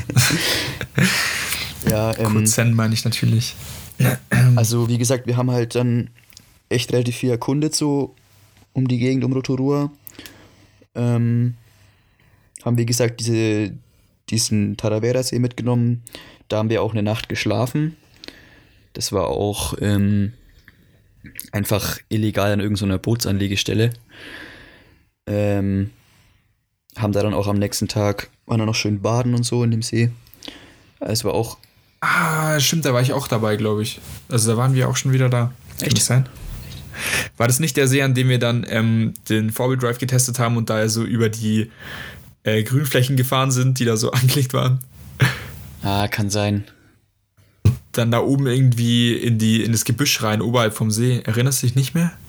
Ja, ähm, Kurz Zen meine ich natürlich. Also wie gesagt, wir haben halt dann echt relativ viel erkundet, so um die Gegend um Rotorua. Ähm, haben wie gesagt diese, diesen Taravera-See mitgenommen. Da haben wir auch eine Nacht geschlafen. Das war auch ähm, einfach illegal an irgendeiner Bootsanlegestelle. Ähm, haben da dann auch am nächsten Tag, waren dann noch schön baden und so in dem See. Es war auch... Ah, stimmt, da war ich auch dabei, glaube ich. Also da waren wir auch schon wieder da. Kann das sein? War das nicht der See, an dem wir dann ähm, den Four-Wheel-Drive getestet haben und da so über die äh, Grünflächen gefahren sind, die da so angelegt waren? Ah, kann sein. Dann da oben irgendwie in, die, in das Gebüsch rein, oberhalb vom See. Erinnerst du dich nicht mehr?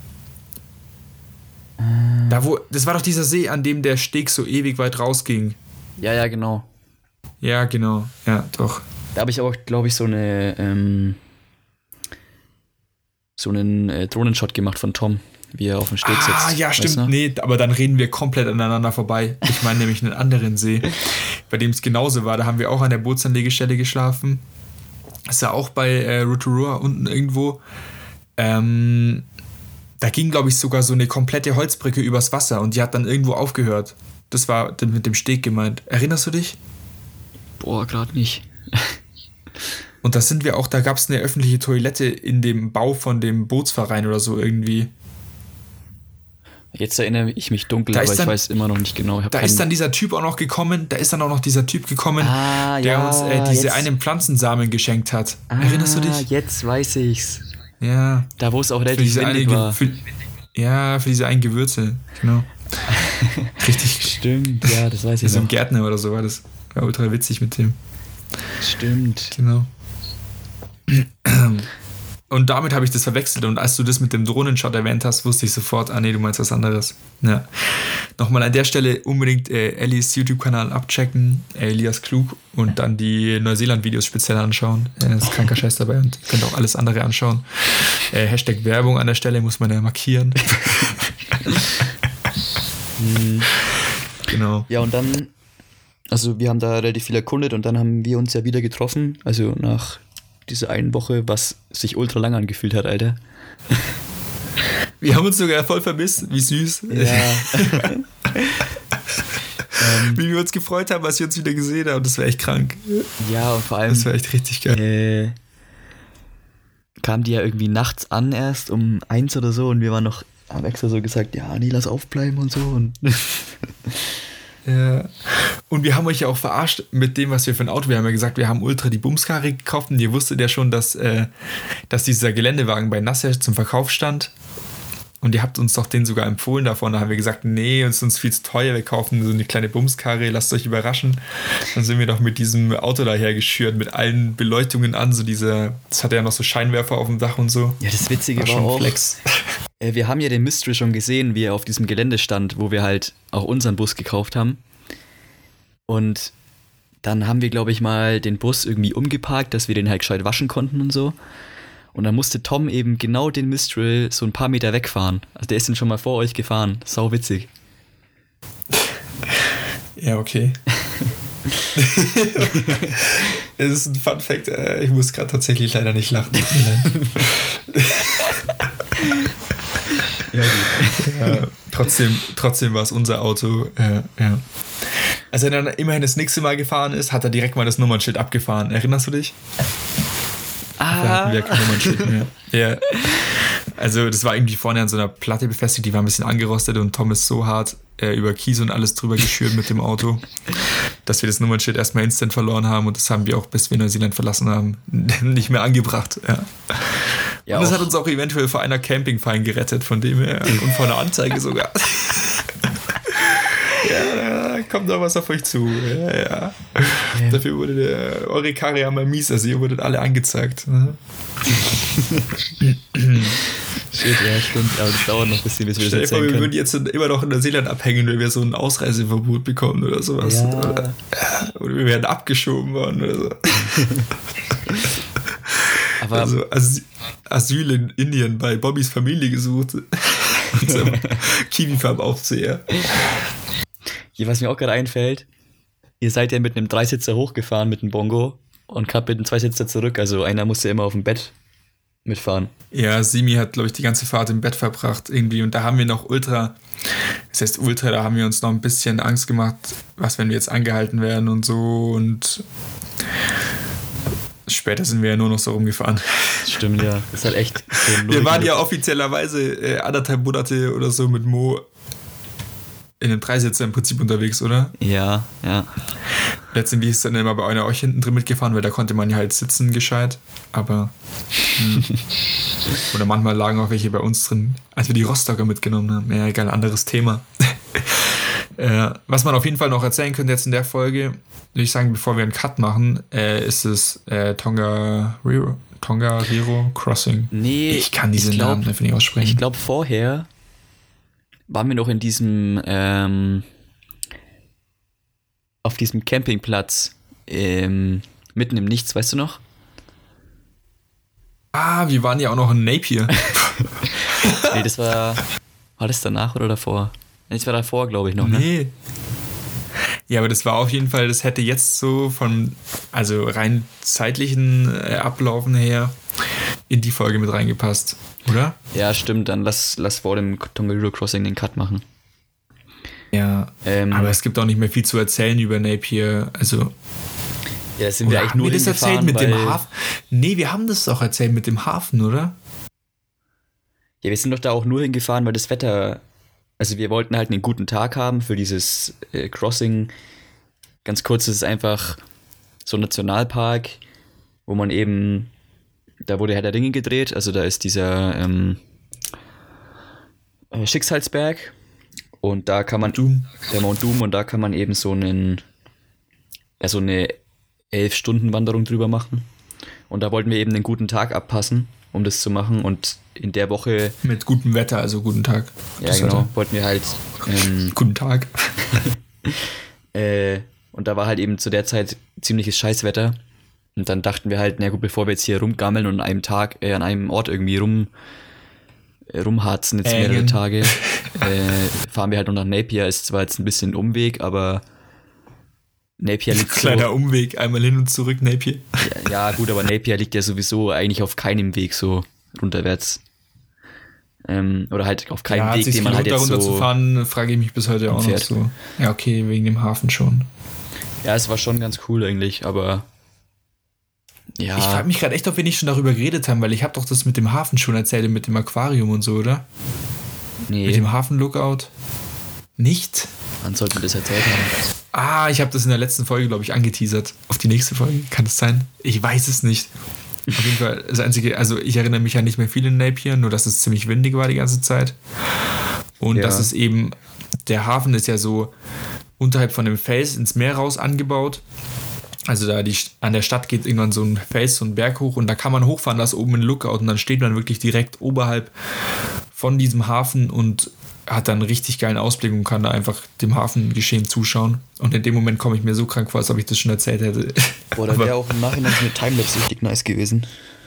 Äh. Da wo, das war doch dieser See, an dem der Steg so ewig weit rausging. Ja, ja, genau. Ja, genau. Ja, doch. Da habe ich auch, glaube ich, so eine ähm, so einen äh, Drohnenshot gemacht von Tom, wie er auf dem Steg sitzt. Ah, ja, stimmt. Weißt du? Nee, aber dann reden wir komplett aneinander vorbei. Ich meine nämlich einen anderen See, bei dem es genauso war. Da haben wir auch an der Bootsanlegestelle geschlafen. Das ist ja auch bei äh, Rotorua unten irgendwo. Ähm, da ging, glaube ich, sogar so eine komplette Holzbrücke übers Wasser und die hat dann irgendwo aufgehört. Das war mit dem Steg gemeint. Erinnerst du dich? Boah, gerade nicht. Und da sind wir auch, da gab es eine öffentliche Toilette in dem Bau von dem Bootsverein oder so irgendwie. Jetzt erinnere ich mich dunkel, Da aber ist ich dann- weiß immer noch nicht genau. Ich hab Da keinen- ist dann dieser Typ auch noch gekommen, da ist dann auch noch dieser Typ gekommen, Ah, der ja, uns äh, diese jetzt- einen Pflanzensamen geschenkt hat. Erinnerst du Ah, dich? jetzt weiß ich's. Ja. Da, wo es auch Für relativ diese eine windig Ge- war. für, ja, für diese einen Gewürze, genau. Richtig. Stimmt, ja, das weiß Wie ich so ein noch. Gärtner oder so war das. War ultra witzig mit dem. Stimmt. Genau. Und damit habe ich das verwechselt. Und als du das mit dem Drohnenshot erwähnt hast, wusste ich sofort, ah nee, du meinst was anderes. Ja. Nochmal an der Stelle unbedingt äh, Ellis YouTube-Kanal abchecken, äh, Elias Klug, und dann die Neuseeland-Videos speziell anschauen. Äh, ist kranker Scheiß dabei und ihr könnt auch alles andere anschauen. Äh, Hashtag Werbung an der Stelle muss man ja markieren. Hm. Genau. Ja, und dann, also wir haben da relativ viel erkundet und dann haben wir uns ja wieder getroffen, also nach dieser einen Woche, was sich ultra lang angefühlt hat, Alter. Wir haben uns sogar voll vermisst, wie süß. Ja. Wie wir uns gefreut haben, als wir uns wieder gesehen haben. Das war echt krank. Ja, und vor allem Das war echt richtig geil. äh, kam die ja irgendwie nachts an erst um eins oder so und wir waren noch, haben extra so gesagt, ja, nee, lass aufbleiben und so. Und Äh, und wir haben euch ja auch verarscht mit dem, was wir für ein Auto, wir haben ja gesagt, wir haben ultra die Bumskarre gekauft und ihr wusstet ja schon, dass, äh, dass dieser Geländewagen bei Nasser zum Verkauf stand. Und ihr habt uns doch den sogar empfohlen davon. Da haben wir gesagt, nee, uns ist uns viel zu teuer, wir kaufen so eine kleine Bumskarre, lasst euch überraschen. Dann sind wir doch mit diesem Auto daher geschürt, mit allen Beleuchtungen an, so diese, das hatte ja noch so Scheinwerfer auf dem Dach und so. Ja, das Witzige war, war auch, Flex. Äh, wir haben ja den Mystery schon gesehen, wie er auf diesem Gelände stand, wo wir halt auch unseren Bus gekauft haben. Und dann haben wir, glaube ich, mal den Bus irgendwie umgeparkt, dass wir den halt gescheit waschen konnten und so. Und dann musste Tom eben genau den Mistral so ein paar Meter wegfahren. Also der ist dann schon mal vor euch gefahren. Sau witzig. Ja, okay. Es ist ein Fun Fact. Ich muss gerade tatsächlich leider nicht lachen. Ja, gut. Ja, trotzdem, trotzdem war es unser Auto. Äh, ja. Als er dann immerhin das nächste Mal gefahren ist, hat er direkt mal das Nummernschild abgefahren. Erinnerst du dich? Ah. Da hatten wir kein Nummernschild mehr. Ja. Also das war irgendwie vorne an so einer Platte befestigt, die war ein bisschen angerostet und Tom ist so hart äh, über Kies und alles drüber geschürt mit dem Auto, dass wir das Nummernschild erstmal instant verloren haben und das haben wir auch, bis wir Neuseeland verlassen haben, nicht mehr angebracht. Ja. Ja, und das auch. Hat uns auch eventuell vor einer Campingfein gerettet, von dem her, und vor einer Anzeige sogar. Ja, da kommt noch was auf euch zu. Ja, ja. Ja. Dafür wurde der, eure Karre ja mal mies, also ihr wurdet alle angezeigt. Ne? Shit, ja, stimmt. Aber das dauert noch ein bisschen, bis wir Stell das dir vor, erzählen wir können. würden jetzt immer noch in Neuseeland abhängen, wenn wir so ein Ausreiseverbot bekommen oder sowas. Ja. Oder, oder wir werden abgeschoben worden oder so. Aber also As- Asyl in Indien bei Bobbys Familie gesucht. Unserem Kiwi-Farm-Aufseher. Hier, was mir auch gerade einfällt, ihr seid ja mit einem Dreisitzer hochgefahren mit dem Bongo und gerade mit einem Zweisitzer zurück, also einer musste immer auf dem Bett mitfahren. Ja, Simi hat, glaube ich, die ganze Fahrt im Bett verbracht irgendwie und da haben wir noch ultra, das heißt ultra, da haben wir uns noch ein bisschen Angst gemacht, was, wenn wir jetzt angehalten werden und so und später sind wir ja nur noch so rumgefahren. Stimmt, ja. Das ist halt echt so wir waren ja offiziellerweise äh, anderthalb Monate oder so mit Mo in einem Dreisitzer im Prinzip unterwegs, oder? Ja, ja. Letztendlich ist dann immer bei einer euch hinten drin mitgefahren, weil da konnte man ja halt sitzen gescheit, aber mh. Oder manchmal lagen auch welche bei uns drin, als wir die Rostocker mitgenommen haben. Ja, egal, anderes Thema. äh, was man auf jeden Fall noch erzählen könnte jetzt in der Folge, würde ich sagen, bevor wir einen Cut machen, äh, ist es äh, Tongariro, Tongariro Crossing. Nee, ich kann diese ich glaub, Namen einfach nicht aussprechen. Ich glaube, vorher waren wir noch in diesem ähm, auf diesem Campingplatz ähm, mitten im Nichts, weißt du noch? Ah, wir waren ja auch noch in Napier. Nee, das war war das danach oder davor? Nee, das war davor, glaube ich, noch, ne? Nee. Ja, aber das war auf jeden Fall, das hätte jetzt so von, also rein zeitlichen äh, Ablaufen her in die Folge mit reingepasst, oder? Ja, stimmt, dann lass, lass vor dem Tongariro Crossing den Cut machen. Ja, ähm, aber es gibt auch nicht mehr viel zu erzählen über Napier, also... Ja, das sind wir eigentlich nur haben wir das erzählt mit weil dem Hafen? Nee, wir haben das doch erzählt mit dem Hafen, oder? Ja, wir sind doch da auch nur hingefahren, weil das Wetter... Also wir wollten halt einen guten Tag haben für dieses äh, Crossing. Ganz kurz, es ist einfach so ein Nationalpark, wo man eben... Da wurde Herr der Ringe gedreht, also da ist dieser ähm, äh, Schicksalsberg und da kann man... Doom. Der Mount Doom und da kann man eben so einen... Ja, so eine elf Stunden Wanderung drüber machen. Und da wollten wir eben einen guten Tag abpassen, um das zu machen. Und in der Woche... Mit gutem Wetter, also guten Tag. Ja, das genau. Wetter. Wollten wir halt... Ähm, guten Tag. äh, und da war halt eben zu der Zeit ziemliches Scheißwetter. Und dann dachten wir halt, na gut, bevor wir jetzt hier rumgammeln und an einem Tag, äh, an einem Ort irgendwie rum äh, rumharzen, jetzt Ängen. mehrere Tage, äh, fahren wir halt noch nach Napier. Ist zwar jetzt ein bisschen ein Umweg, aber Napier liegt Kleiner so, Umweg, einmal hin und zurück, Napier. Ja, ja, gut, aber Napier liegt ja sowieso eigentlich auf keinem Weg so runterwärts. Ähm, oder halt auf keinem ja, Weg, den man halt jetzt runter so... zu fahren, frage ich mich bis heute auch fährt. noch so. Ja, okay, wegen dem Hafen schon. Ja, es war schon ganz cool eigentlich, aber... Ja. Ich frage mich gerade echt, ob wir nicht schon darüber geredet haben, weil ich habe doch das mit dem Hafen schon erzählt, mit dem Aquarium und so, oder? Nee. Mit dem Hafen-Lookout. Nicht? Wann sollten wir das erzählt haben? Ah, ich habe das in der letzten Folge, glaube ich, angeteasert. Auf die nächste Folge. Kann das sein? Ich weiß es nicht. Auf jeden Fall das Einzige, also ich erinnere mich ja nicht mehr viel in Napier, nur dass es ziemlich windig war die ganze Zeit. Und Ja. dass es eben, der Hafen ist ja so unterhalb von dem Fels ins Meer raus angebaut. Also da die, an der Stadt geht irgendwann so ein Fels, so ein Berg hoch und da kann man hochfahren, da ist oben ein Lookout und dann steht man wirklich direkt oberhalb von diesem Hafen und hat dann einen richtig geilen Ausblick und kann da einfach dem Hafengeschehen zuschauen. Und in dem Moment komme ich mir so krank vor, als ob ich das schon erzählt hätte. Boah, da Aber- wäre auch im Nachhinein so eine Timelapse richtig nice gewesen.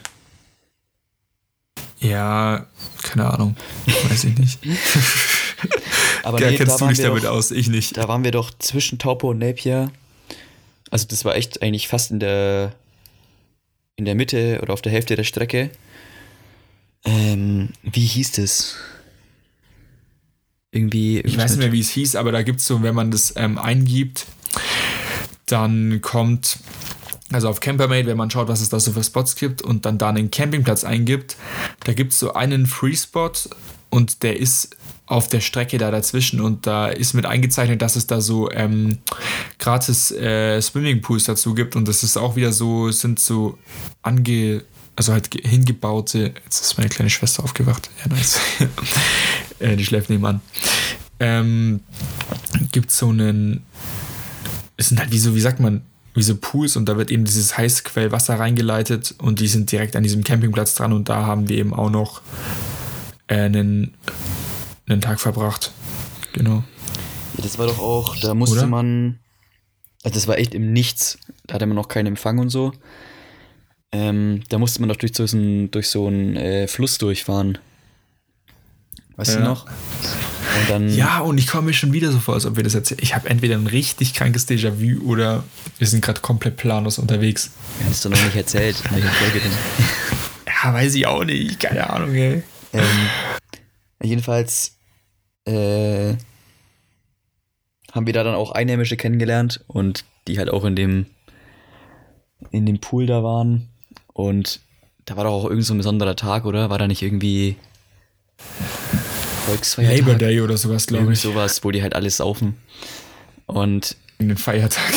Ja, keine Ahnung. Weiß ich nicht. Aber Ja, nee, kennst da du waren dich wir damit doch, aus? Ich nicht. Da waren wir doch zwischen Taupo und Napier. Also das war echt eigentlich fast in der in der Mitte oder auf der Hälfte der Strecke. Ähm, wie hieß das? Irgendwie. Ich weiß nicht mehr, wie es hieß, aber da gibt es so, wenn man das ähm, eingibt, dann kommt, also auf Campermate, wenn man schaut, was es da so für Spots gibt und dann da einen Campingplatz eingibt, da gibt es so einen Free-Spot und der ist auf der Strecke da dazwischen und da ist mit eingezeichnet, dass es da so ähm, gratis äh, Swimmingpools dazu gibt und das ist auch wieder so, es sind so ange... Also halt ge- hingebaute, jetzt ist meine kleine Schwester aufgewacht, ja nice, äh, die schläft nebenan, ähm, gibt so einen, es sind halt wie so, wie sagt man, wie so Pools und da wird eben dieses Heißquellwasser reingeleitet und die sind direkt an diesem Campingplatz dran und da haben wir eben auch noch äh, einen, einen Tag verbracht, genau. Ja, das war doch auch, da musste Oder? man, also das war echt im Nichts, da hatte man noch keinen Empfang und so. Ähm, da musste man doch durch so einen, durch so einen äh, Fluss durchfahren. Weißt Ja. du noch? Und dann, Ja, und ich komme mir schon wieder so vor, als ob wir das erzählen. Ich habe entweder ein richtig krankes Déjà-vu oder wir sind gerade komplett planlos unterwegs. hast du noch nicht erzählt, in welcher Folge denn? Ja, weiß ich auch nicht, keine Ahnung, ey. Ähm, jedenfalls äh, haben wir da dann auch Einheimische kennengelernt und die halt auch in dem in dem Pool da waren und da war doch auch irgend so ein besonderer Tag, oder? War da nicht irgendwie Volksfeiertag? Labor Day oder sowas, glaube Irgend ich. sowas, wo die halt alles saufen. Und In den Feiertag.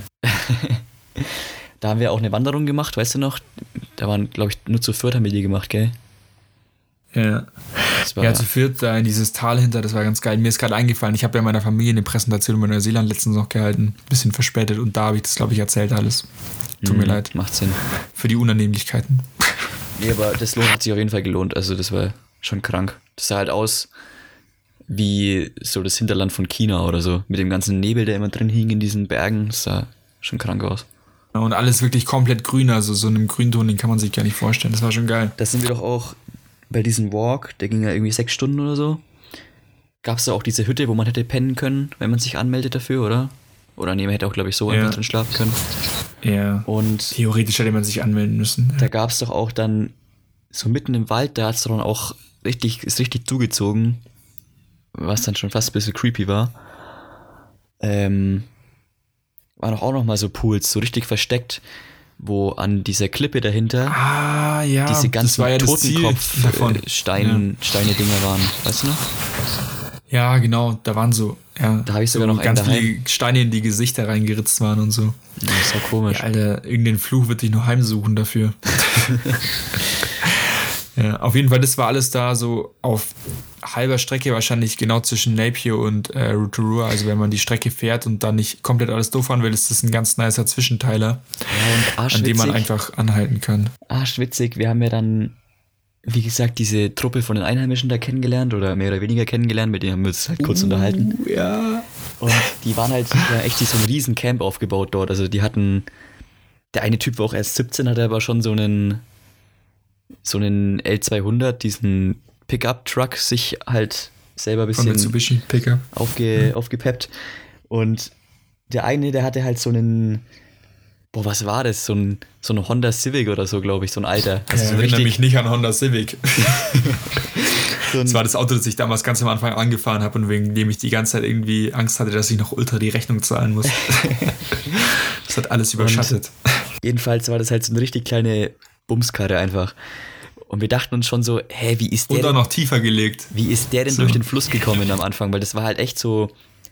da haben wir auch eine Wanderung gemacht, weißt du noch? Da waren, glaube ich, nur zu viert haben wir die gemacht, gell? Ja. Das war, Ja, zu viert da in dieses Tal hinter, das war ganz geil. Mir ist gerade eingefallen, ich habe ja meiner Familie eine Präsentation über Neuseeland letztens noch gehalten, bisschen verspätet und da habe ich das, glaube ich, erzählt alles. Tut mir Mhm, leid Macht Sinn. für die Unannehmlichkeiten. Nee, aber das Lohn hat sich auf jeden Fall gelohnt. Also das war schon krank. Das sah halt aus wie so das Hinterland von China oder so. Mit dem ganzen Nebel, der immer drin hing in diesen Bergen. Das sah schon krank aus. Und alles wirklich komplett grün, also so einem Grünton, den kann man sich gar nicht vorstellen. Das war schon geil. Da sind wir doch auch bei diesem Walk, der ging ja irgendwie sechs Stunden oder so. Gab es da auch diese Hütte, wo man hätte pennen können, wenn man sich anmeldet dafür, oder? Oder nee, man hätte auch, glaube ich, so Ja. einfach drin schlafen können. Ja. Und Theoretisch hätte man sich anmelden müssen. da gab es doch auch dann so mitten im Wald, da hat es dann auch richtig, ist richtig zugezogen, was dann schon fast ein bisschen creepy war. Ähm, waren auch noch mal so Pools, so richtig versteckt, wo an dieser Klippe dahinter Ah, ja. diese das ganzen war ja das Ziel Totenkopf davon. äh, Stein, Steine-Dinger waren. Weißt du noch? Ja, genau, da waren so, ja. Da habe ich sogar so noch einen ganz daheim. viele Steine in die Gesichter reingeritzt waren und so. Das ist auch komisch. Ja, Alter, irgendein Fluch wird dich noch heimsuchen dafür. Ja, auf jeden Fall, das war alles da so auf halber Strecke, wahrscheinlich genau zwischen Napier und äh, Rotorua. Also wenn man die Strecke fährt und dann nicht komplett alles doof fahren will, ist das ein ganz nicer Zwischenteiler, Ja, und an dem man arschwitzig. einfach anhalten kann. Arschwitzig. Wir haben ja dann, wie gesagt, diese Truppe von den Einheimischen da kennengelernt oder mehr oder weniger kennengelernt, mit denen haben wir uns halt kurz unterhalten. Ja. Und die waren halt ja, echt so ein riesen Camp aufgebaut dort. Also die hatten, der eine Typ war auch erst siebzehn, hatte aber schon so einen so einen L zweihundert, diesen Pickup-Truck sich halt selber ein Von bisschen Mitsubishi Pickup. aufge, aufgepeppt. Und der eine, der hatte halt so einen, boah, was war das? So ein, so ein Honda Civic oder so, glaube ich, so ein alter. Also Ich so ein erinnere richtig, mich nicht an Honda Civic. so ein, Das war das Auto, das ich damals ganz am Anfang angefahren habe und wegen dem ich die ganze Zeit irgendwie Angst hatte, dass ich noch ultra die Rechnung zahlen muss. Das hat alles überschattet. jedenfalls war das halt so eine richtig kleine Bumskarre einfach. Und wir dachten uns schon so, hä, wie ist der Und dann denn, noch tiefer gelegt. wie ist der denn So. durch den Fluss gekommen am Anfang? Weil das war halt echt so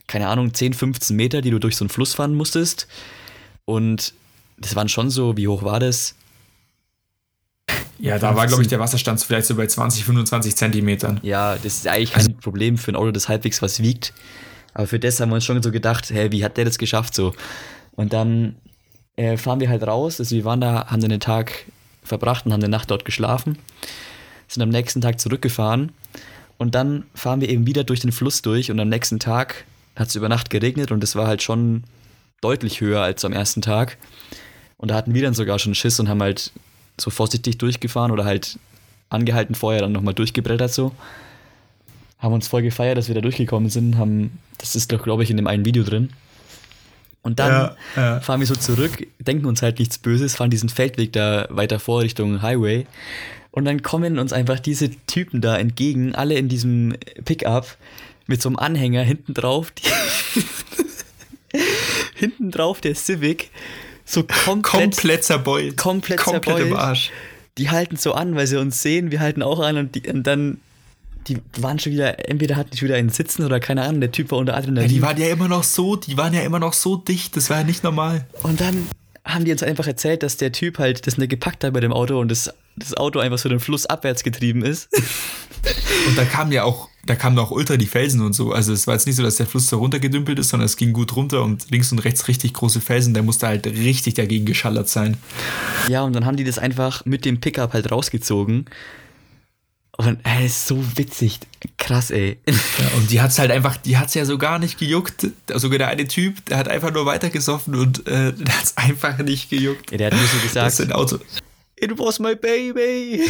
keine Ahnung, zehn, fünfzehn Meter, die du durch so einen Fluss fahren musstest. Und das waren schon so, wie hoch war das? Ja, da war, glaube ich, der Wasserstand vielleicht so bei zwanzig, fünfundzwanzig Zentimetern. Ja, das ist eigentlich kein also, Problem für ein Auto, das halbwegs was wiegt. Aber für das haben wir uns schon so gedacht, hey, wie hat der das geschafft so? Und dann äh, fahren wir halt raus. Also wir waren da, haben den Tag verbracht und haben eine Nacht dort geschlafen. Sind am nächsten Tag zurückgefahren. Und dann fahren wir eben wieder durch den Fluss durch. Und am nächsten Tag hat es über Nacht geregnet. Und es war halt schon deutlich höher als am ersten Tag. Und da hatten wir dann sogar schon Schiss und haben halt so vorsichtig durchgefahren oder halt angehalten vorher, dann nochmal durchgebrettert so. Haben uns voll gefeiert, dass wir da durchgekommen sind, haben, das ist doch, glaube ich, in dem einen Video drin. Und dann ja, ja. fahren wir so zurück, denken uns halt nichts Böses, fahren diesen Feldweg da weiter vor Richtung Highway und dann kommen uns einfach diese Typen da entgegen, alle in diesem Pickup mit so einem Anhänger hinten drauf, die hinten drauf der Civic, so komplett, komplett zerbeult. Komplett, komplett zerbeult. im Arsch. Die halten so an, weil sie uns sehen, wir halten auch an und, die, und dann, die waren schon wieder, entweder hatten die schon wieder einen Sitzen oder keine Ahnung, der Typ war unter Adrenalin. Ja, die waren ja immer noch so, die waren ja immer noch so dicht, das war ja nicht normal. Und dann haben die uns einfach erzählt, dass der Typ halt das nicht gepackt hat bei dem Auto und das, das Auto einfach so den Fluss abwärts getrieben ist. Und da kamen ja auch, da kamen auch ultra die Felsen und so. Also es war jetzt nicht so, dass der Fluss so runtergedümpelt ist, sondern es ging gut runter und links und rechts richtig große Felsen. Der musste halt richtig dagegen geschallert sein. Ja, und dann haben die das einfach mit dem Pickup halt rausgezogen. Und ey, ist so witzig. Krass, ey. Ja, und die hat's halt einfach, die hat's ja so gar nicht gejuckt. Sogar der eine Typ, der hat einfach nur weitergesoffen und äh, der hat's einfach nicht gejuckt. Ja, der hat nur so gesagt, das ist ein Auto. It was my baby.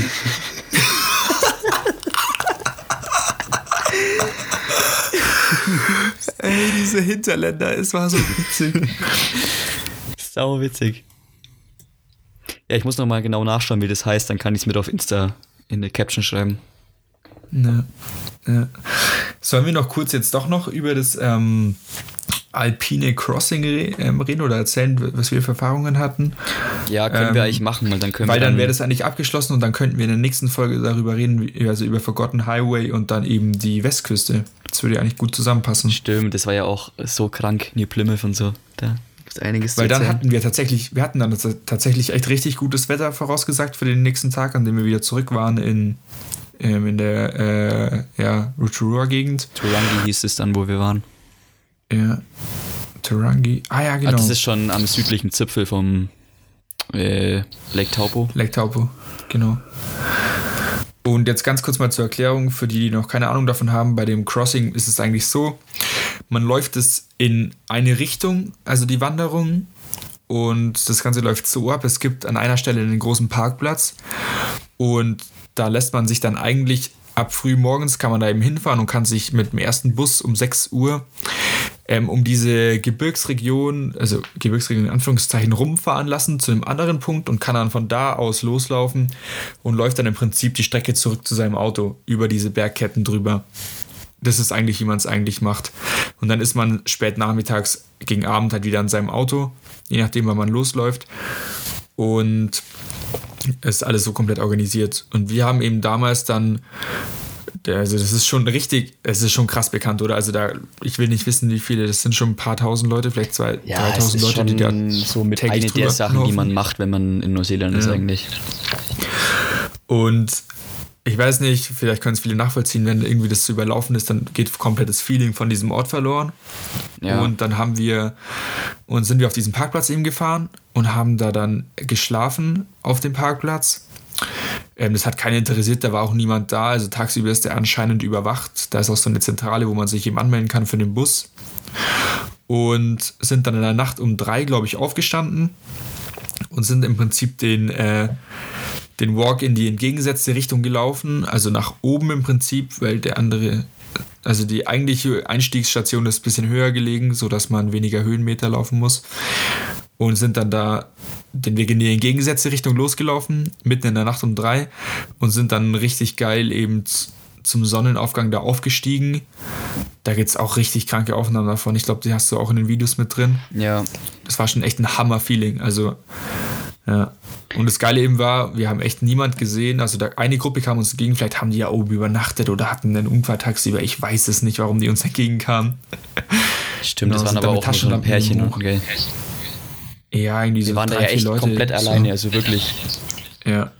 Ey, diese Hinterländer, es war so witzig. Sau witzig. Ja, ich muss nochmal genau nachschauen, wie das heißt, dann kann ich es mit auf Insta in der Caption schreiben. Ja, ja. Sollen wir noch kurz jetzt doch noch über das ähm, Alpine Crossing re- ähm, reden oder erzählen, was wir für Erfahrungen hatten? Ja, können ähm, wir eigentlich machen, weil dann können weil wir dann, dann wäre das eigentlich abgeschlossen und dann könnten wir in der nächsten Folge darüber reden, wie, also über Forgotten Highway und dann eben die Westküste. Das würde ja eigentlich gut zusammenpassen. Stimmt, das war ja auch so krank, New Plymouth und so. Da gibt es einiges Weil zu dann erzählen. hatten wir tatsächlich, wir hatten dann tatsächlich echt richtig gutes Wetter vorausgesagt für den nächsten Tag, an dem wir wieder zurück waren in, ähm, in der äh, ja, Rotorua-Gegend. Tarangi hieß es dann, wo wir waren. Ja, Tarangi. Ah ja, genau. Ah, das ist schon am südlichen Zipfel vom äh, Lake Taupo. Lake Taupo, genau. Und jetzt ganz kurz mal zur Erklärung, für die, die noch keine Ahnung davon haben, bei dem Crossing ist es eigentlich so, man läuft es in eine Richtung, also die Wanderung, und das Ganze läuft so ab, es gibt an einer Stelle einen großen Parkplatz und da lässt man sich dann eigentlich ab früh morgens, kann man da eben hinfahren und kann sich mit dem ersten Bus um sechs Uhr ähm, um diese Gebirgsregion, also Gebirgsregion in Anführungszeichen, rumfahren lassen zu einem anderen Punkt und kann dann von da aus loslaufen und läuft dann im Prinzip die Strecke zurück zu seinem Auto über diese Bergketten drüber. Das ist eigentlich, wie man es eigentlich macht. Und dann ist man spät nachmittags gegen Abend halt wieder an seinem Auto, je nachdem, wann man losläuft. Und es ist alles so komplett organisiert. Und wir haben eben damals dann, also das ist schon richtig, es ist schon krass bekannt, oder? Also da, ich will nicht wissen, wie viele, das sind schon ein paar tausend Leute, vielleicht zwei, ja, dreitausend Leute, die da so mit eine der Sachen, laufen. Die man macht, wenn man in Neuseeland ja. ist eigentlich. Und ich weiß nicht, vielleicht können es viele nachvollziehen, wenn irgendwie das zu überlaufen ist, dann geht komplett das Feeling von diesem Ort verloren. Ja. Und dann haben wir, und sind wir auf diesen Parkplatz eben gefahren und haben da dann geschlafen auf dem Parkplatz. Ähm, das hat keinen interessiert, da war auch niemand da, also tagsüber ist der anscheinend überwacht. Da ist auch so eine Zentrale, wo man sich eben anmelden kann für den Bus. Und sind dann in der Nacht um drei, glaube ich, aufgestanden und sind im Prinzip den äh, den Walk in die entgegengesetzte Richtung gelaufen, also nach oben im Prinzip, weil der andere, also die eigentliche Einstiegsstation ist ein bisschen höher gelegen, sodass man weniger Höhenmeter laufen muss, und sind dann da den Weg in die entgegengesetzte Richtung losgelaufen, mitten in der Nacht um drei, und sind dann richtig geil eben zum Sonnenaufgang da aufgestiegen. Da gibt es auch richtig kranke Aufnahmen davon. Ich glaube, die hast du auch in den Videos mit drin. Ja. Das war schon echt ein Hammer-Feeling, also ja. Und das Geile eben war, wir haben echt niemand gesehen. Also da, eine Gruppe kam uns entgegen, vielleicht haben die ja oben übernachtet oder hatten einen Unfall tagsüber. Ich weiß es nicht, warum die uns entgegenkamen. Stimmt, Genau, das waren sind aber da mit auch nur so ein Taschenlampen Pärchen hoch. unten, gell? Ja, irgendwie Wir so waren da drei, ja vier echt Leute. komplett so. alleine, also wirklich. Ja.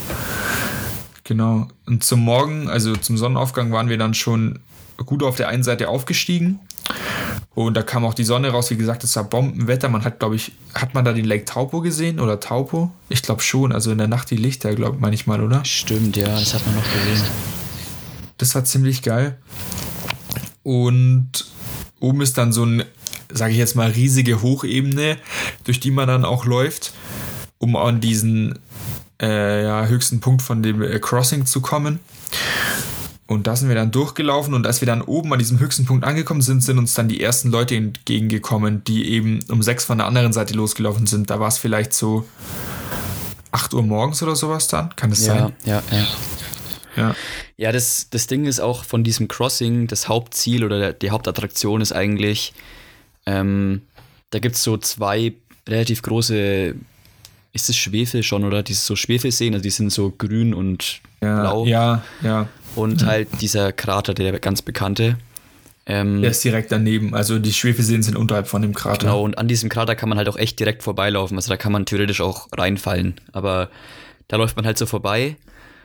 Genau. Und zum Morgen, also zum Sonnenaufgang, waren wir dann schon gut auf der einen Seite aufgestiegen. Und da kam auch die Sonne raus. Wie gesagt, es war Bombenwetter. Man hat, glaube ich, hat man da den Lake Taupo gesehen oder Taupo? Ich glaube schon. Also in der Nacht die Lichter, glaube ich, manchmal, oder? Stimmt, ja, das hat man noch gesehen. Das war ziemlich geil. Und oben ist dann so ein, sage ich jetzt mal, riesige Hochebene, durch die man dann auch läuft, um an diesen äh, ja, höchsten Punkt von dem äh, Crossing zu kommen. Und da sind wir dann durchgelaufen und als wir dann oben an diesem höchsten Punkt angekommen sind, sind uns dann die ersten Leute entgegengekommen, die eben um sechs von der anderen Seite losgelaufen sind. Da war es vielleicht so acht Uhr morgens oder sowas dann. Kann das Ja, sein? ja, ja. Ja. Ja, das, das Ding ist auch von diesem Crossing, das Hauptziel oder der, die Hauptattraktion ist eigentlich, ähm, da gibt es so zwei relativ große, ist es Schwefel schon, oder? Diese so Schwefelseen, also die sind so grün und Ja, blau. ja, ja. Und Ja. halt dieser Krater, der ganz bekannte. Ähm, Der ist direkt daneben. Also die Schwefelseen sind unterhalb von dem Krater. Genau, und an diesem Krater kann man halt auch echt direkt vorbeilaufen. Also da kann man theoretisch auch reinfallen. Aber da läuft man halt so vorbei.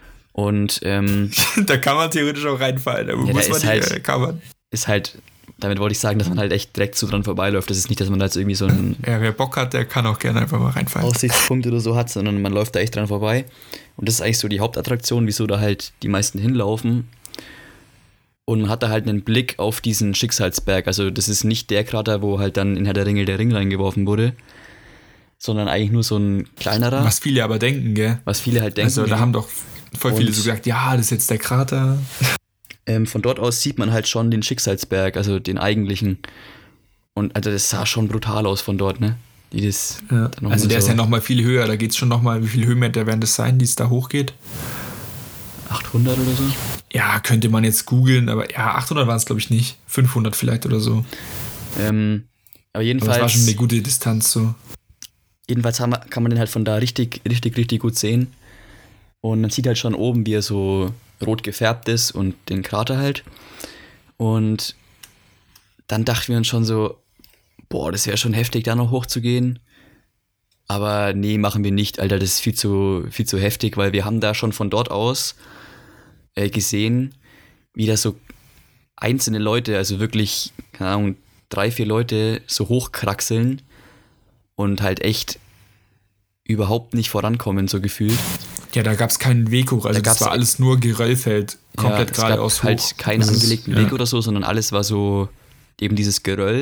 Und ähm, Da kann man theoretisch auch reinfallen. Da Ja, muss da man ist nicht, halt- äh, kann man. ist halt, damit wollte ich sagen, dass man halt echt direkt so dran vorbeiläuft. Das ist nicht, dass man da jetzt irgendwie so einen Ja, wer Bock hat, der kann auch gerne einfach mal reinfallen. Aussichtspunkt oder so hat, sondern man läuft da echt dran vorbei. Und das ist eigentlich so die Hauptattraktion, wieso da halt die meisten hinlaufen. Und man hat da halt einen Blick auf diesen Schicksalsberg. Also das ist nicht der Krater, wo halt dann in Herr der Ringe der Ring reingeworfen wurde, sondern eigentlich nur so ein kleinerer, was, Was viele aber denken, gell? viele halt denken. Also da haben doch voll viele Und- so gesagt, ja, das ist jetzt der Krater. ähm, von dort aus sieht man halt schon den Schicksalsberg, also den eigentlichen. Und also das sah schon brutal aus von dort, ne? Die das Ja. dann noch Also mal der so ist ja nochmal viel höher. Da geht es schon nochmal, wie viele Höhenmeter werden das sein, die es da hochgeht? achthundert oder so. Ja, könnte man jetzt googeln, aber ja, achthundert waren es glaube ich nicht. fünfhundert vielleicht oder so. Ähm, aber Aber jedenfalls. das war schon eine gute Distanz so. Jedenfalls haben wir, kann man den halt von da richtig, richtig, richtig gut sehen. Und man sieht halt schon oben, wie er so rot gefärbt ist und den Krater halt. Und dann dachten wir uns schon so, boah, das wäre schon heftig, da noch hochzugehen. Aber nee, machen wir nicht, Alter, das ist viel zu, viel zu heftig, weil wir haben da schon von dort aus äh, gesehen, wie da so einzelne Leute, also wirklich, keine Ahnung, drei, vier Leute so hochkraxeln und halt echt überhaupt nicht vorankommen, so gefühlt. Ja, da gab es keinen Weg hoch. Also Da das gab's- war alles nur Geröllfeld. Komplett ja, geradeaus es gab halt hoch. keinen Das ist- angelegten ja. Weg oder so, sondern alles war so eben dieses Geröll.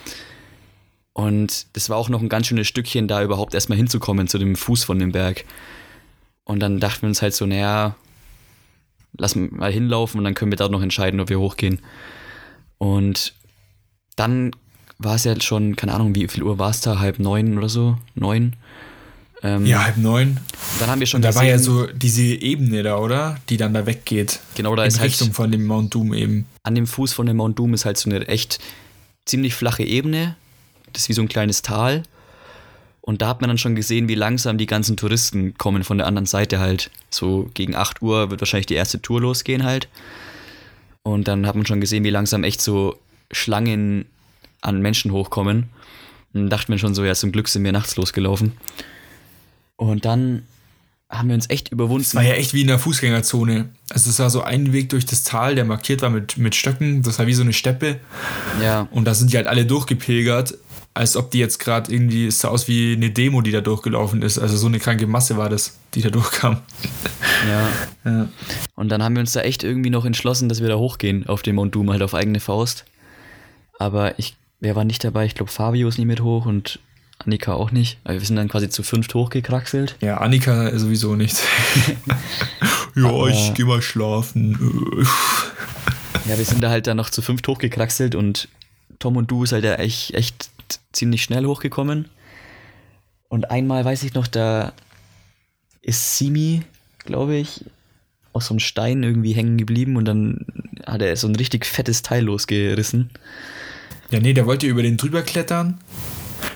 Und das war auch noch ein ganz schönes Stückchen, da überhaupt erstmal hinzukommen zu dem Fuß von dem Berg. Und dann dachten wir uns halt so, naja, lass mal hinlaufen und dann können wir da noch entscheiden, ob wir hochgehen. Und dann war es ja schon, keine Ahnung, wie viel Uhr war es da? Halb neun oder so? Neun? Ähm, Ja, halb neun. Dann haben wir schon Und da gesehen, war ja so diese Ebene da, oder? Die dann da weggeht. genau da In ist halt Richtung von dem Mount Doom eben. an dem Fuß von dem Mount Doom ist halt so eine echt ziemlich flache Ebene. Das ist wie so ein kleines Tal. Und da hat man dann schon gesehen, wie langsam die ganzen Touristen kommen von der anderen Seite halt. So gegen acht Uhr wird wahrscheinlich die erste Tour losgehen halt. Und dann hat man schon gesehen, wie langsam echt so Schlangen an Menschen hochkommen. Und dann dachten wir schon so, ja, zum Glück sind wir nachts losgelaufen. Und dann haben wir uns echt überwunden. Es war ja echt wie in der Fußgängerzone. Also es war so ein Weg durch das Tal, der markiert war mit, mit Stöcken. Das war wie so eine Steppe. Ja, Und da sind die halt alle durchgepilgert, als ob die jetzt gerade irgendwie, es sah aus wie eine Demo, die da durchgelaufen ist. Also so eine kranke Masse war das, die da durchkam. ja. Ja. Und dann haben wir uns da echt irgendwie noch entschlossen, dass wir da hochgehen auf den Mount Doom, halt auf eigene Faust. Aber ich, wer war nicht dabei? Ich glaube, Fabio ist nicht mit hoch und Annika auch nicht. Aber wir sind dann quasi zu fünft hochgekraxelt. Ja, Annika sowieso nicht. Ja, Aber- ich geh mal schlafen. Ja, wir sind da halt dann noch zu fünft hochgekraxelt und Tom und du ist halt da echt, echt ziemlich schnell hochgekommen. Und einmal weiß ich noch, da ist Simi, glaube ich, aus so einem Stein irgendwie hängen geblieben und dann hat er so ein richtig fettes Teil losgerissen. Ja, nee, der wollte über den drüber klettern.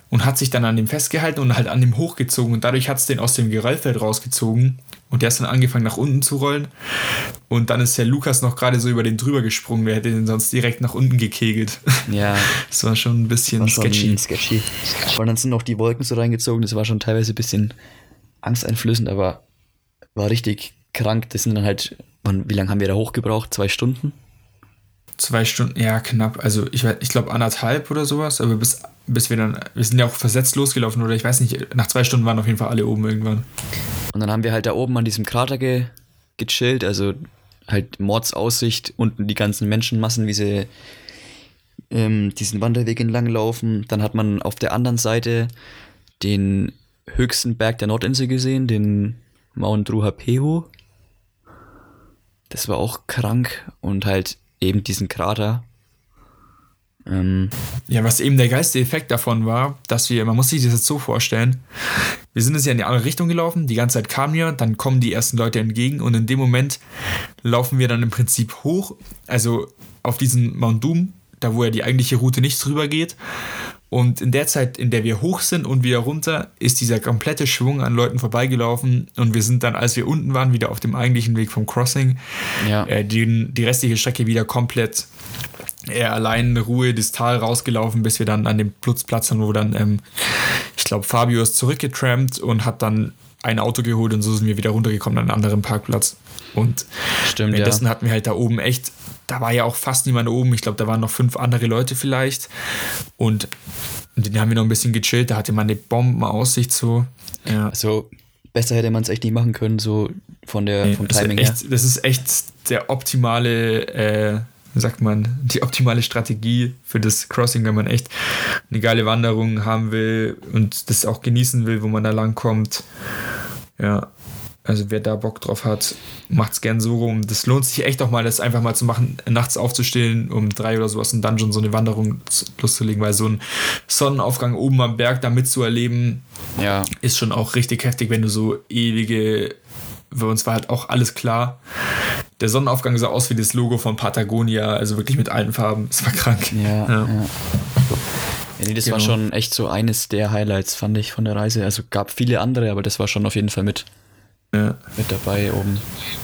und hat sich dann an dem festgehalten und halt an dem hochgezogen und dadurch hat es den aus dem Geröllfeld rausgezogen und der ist dann angefangen nach unten zu rollen und dann ist der Lukas noch gerade so über den drüber gesprungen, der hätte den sonst direkt nach unten gekegelt. Ja. Das war schon ein bisschen war schon sketchy. sketchy. Und dann sind noch die Wolken so reingezogen, das war schon teilweise ein bisschen angsteinflößend, aber war richtig krank. Das sind dann halt, wie lange haben wir da hochgebraucht? Zwei Stunden? Zwei Stunden, ja, knapp. Also ich, ich glaube anderthalb oder sowas, aber bis, bis wir dann, wir sind ja auch versetzt losgelaufen oder ich weiß nicht, nach zwei Stunden waren auf jeden Fall alle oben irgendwann. Und dann haben wir halt da oben an diesem Krater ge, gechillt, also halt Mordsaussicht, unten die ganzen Menschenmassen, wie sie ähm, diesen Wanderweg entlang laufen. Dann hat man auf der anderen Seite den höchsten Berg der Nordinsel gesehen, den Mount Ruapehu. Das war auch krank und halt eben diesen Krater. Ähm, ja, was eben der geilste Effekt davon war, dass wir, man muss sich das jetzt so vorstellen, wir sind jetzt ja in die andere Richtung gelaufen, die ganze Zeit kamen wir, dann kommen die ersten Leute entgegen und in dem Moment laufen wir dann im Prinzip hoch, also auf diesen Mount Doom, da wo ja die eigentliche Route nicht drüber geht. Und in der Zeit, in der wir hoch sind und wieder runter, ist dieser komplette Schwung an Leuten vorbeigelaufen und wir sind dann, als wir unten waren, wieder auf dem eigentlichen Weg vom Crossing, ja. äh, die, die restliche Strecke wieder komplett äh, allein in Ruhe das Tal rausgelaufen, bis wir dann an dem Plutzplatz waren, wo dann, ähm, ich glaube, Fabio ist zurückgetrampt und hat dann ein Auto geholt und so sind wir wieder runtergekommen an einen anderen Parkplatz. Und Stimmt, währenddessen ja. hatten wir halt da oben echt, da war ja auch fast niemand oben. Ich glaube, da waren noch fünf andere Leute vielleicht. Und den haben wir noch ein bisschen gechillt. Da hatte man eine Bombenaussicht so. Ja. Also besser hätte man es echt nicht machen können, so von der, Nee, vom das Timing ist echt, her. das ist echt der optimale, äh, wie sagt man, die optimale Strategie für das Crossing, wenn man echt eine geile Wanderung haben will und das auch genießen will, wo man da lang kommt. Ja. Also wer da Bock drauf hat, macht's gern so rum. Das lohnt sich echt auch mal, das einfach mal zu machen, nachts aufzustehen, um drei oder so aus dem Dungeon so eine Wanderung loszulegen, weil so ein Sonnenaufgang oben am Berg da mitzuerleben, Ja. ist schon auch richtig heftig, wenn du so ewige, für uns war halt auch alles klar. Der Sonnenaufgang sah aus wie das Logo von Patagonia, also wirklich mit allen Farben. Es war krank. Ja, ja. Ja. ja. Nee, das Genau. war schon echt so eines der Highlights, fand ich, von der Reise. Also gab viele andere, aber das war schon auf jeden Fall mit, Ja, mit dabei oben.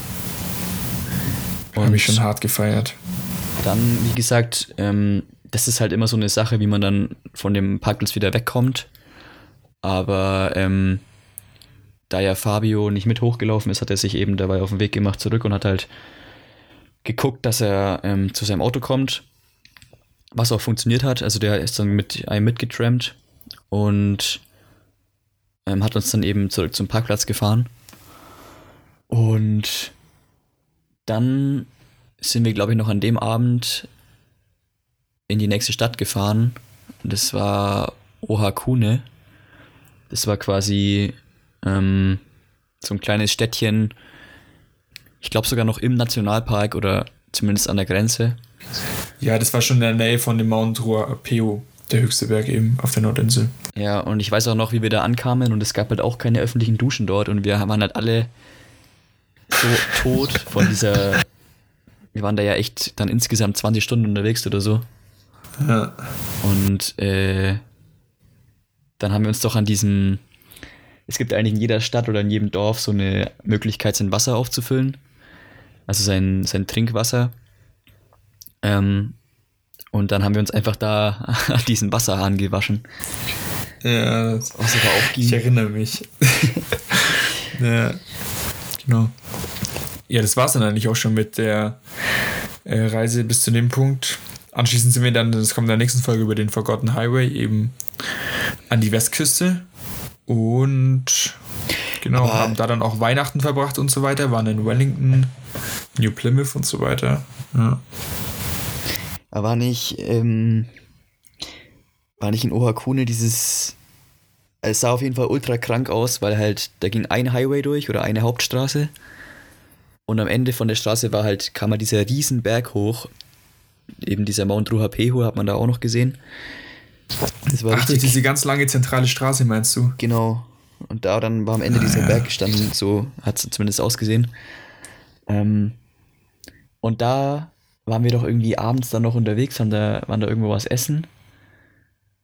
habe ich schon hart gefeiert. Dann, wie gesagt, ähm, das ist halt immer so eine Sache, wie man dann von dem Parkplatz wieder wegkommt. Aber ähm, da ja Fabio nicht mit hochgelaufen ist, hat er sich eben dabei auf den Weg gemacht zurück und hat halt geguckt, dass er ähm, zu seinem Auto kommt, was auch funktioniert hat. Also der ist dann mit einem mitgetrampt und ähm, hat uns dann eben zurück zum Parkplatz gefahren. Und dann sind wir, glaube ich, noch an dem Abend in die nächste Stadt gefahren. Das war Ohakune. Das war quasi ähm, so ein kleines Städtchen, ich glaube sogar noch im Nationalpark oder zumindest an der Grenze. Ja, das war schon in der Nähe von dem Mount Ruapehu, der höchste Berg eben auf der Nordinsel. Ja, und ich weiß auch noch, wie wir da ankamen und es gab halt auch keine öffentlichen Duschen dort und wir waren halt alle so tot von dieser, wir waren da ja echt dann insgesamt zwanzig Stunden unterwegs oder so. Ja. Und äh, dann haben wir uns doch an diesen, es gibt eigentlich in jeder Stadt oder in jedem Dorf so eine Möglichkeit, sein Wasser aufzufüllen. Also sein, sein Trinkwasser. Ähm, und dann haben wir uns einfach da an diesen Wasserhahn gewaschen. Ja, das, Was aber auch ging. ich erinnere mich. Ja, genau. Ja, das war es dann eigentlich auch schon mit der äh, Reise bis zu dem Punkt. Anschließend sind wir dann, das kommt in der nächsten Folge, über den Forgotten Highway eben an die Westküste und genau, Aber haben da dann auch Weihnachten verbracht und so weiter, waren in Wellington, New Plymouth und so weiter. Ja. war nicht, ähm, war nicht in Ohakune dieses, es sah auf jeden Fall ultra krank aus, weil halt, da ging ein Highway durch oder eine Hauptstraße und am Ende von der Straße war halt, kam mal dieser riesen Berg hoch, eben dieser Mount Ruapehu hat man da auch noch gesehen. Das war Ach, richtig, diese ganz lange zentrale Straße meinst du? genau. Und da dann war am Ende dieser Berg gestanden, so hat es zumindest ausgesehen. Ähm, und da waren wir doch irgendwie abends dann noch unterwegs, haben da, waren da irgendwo was essen. Und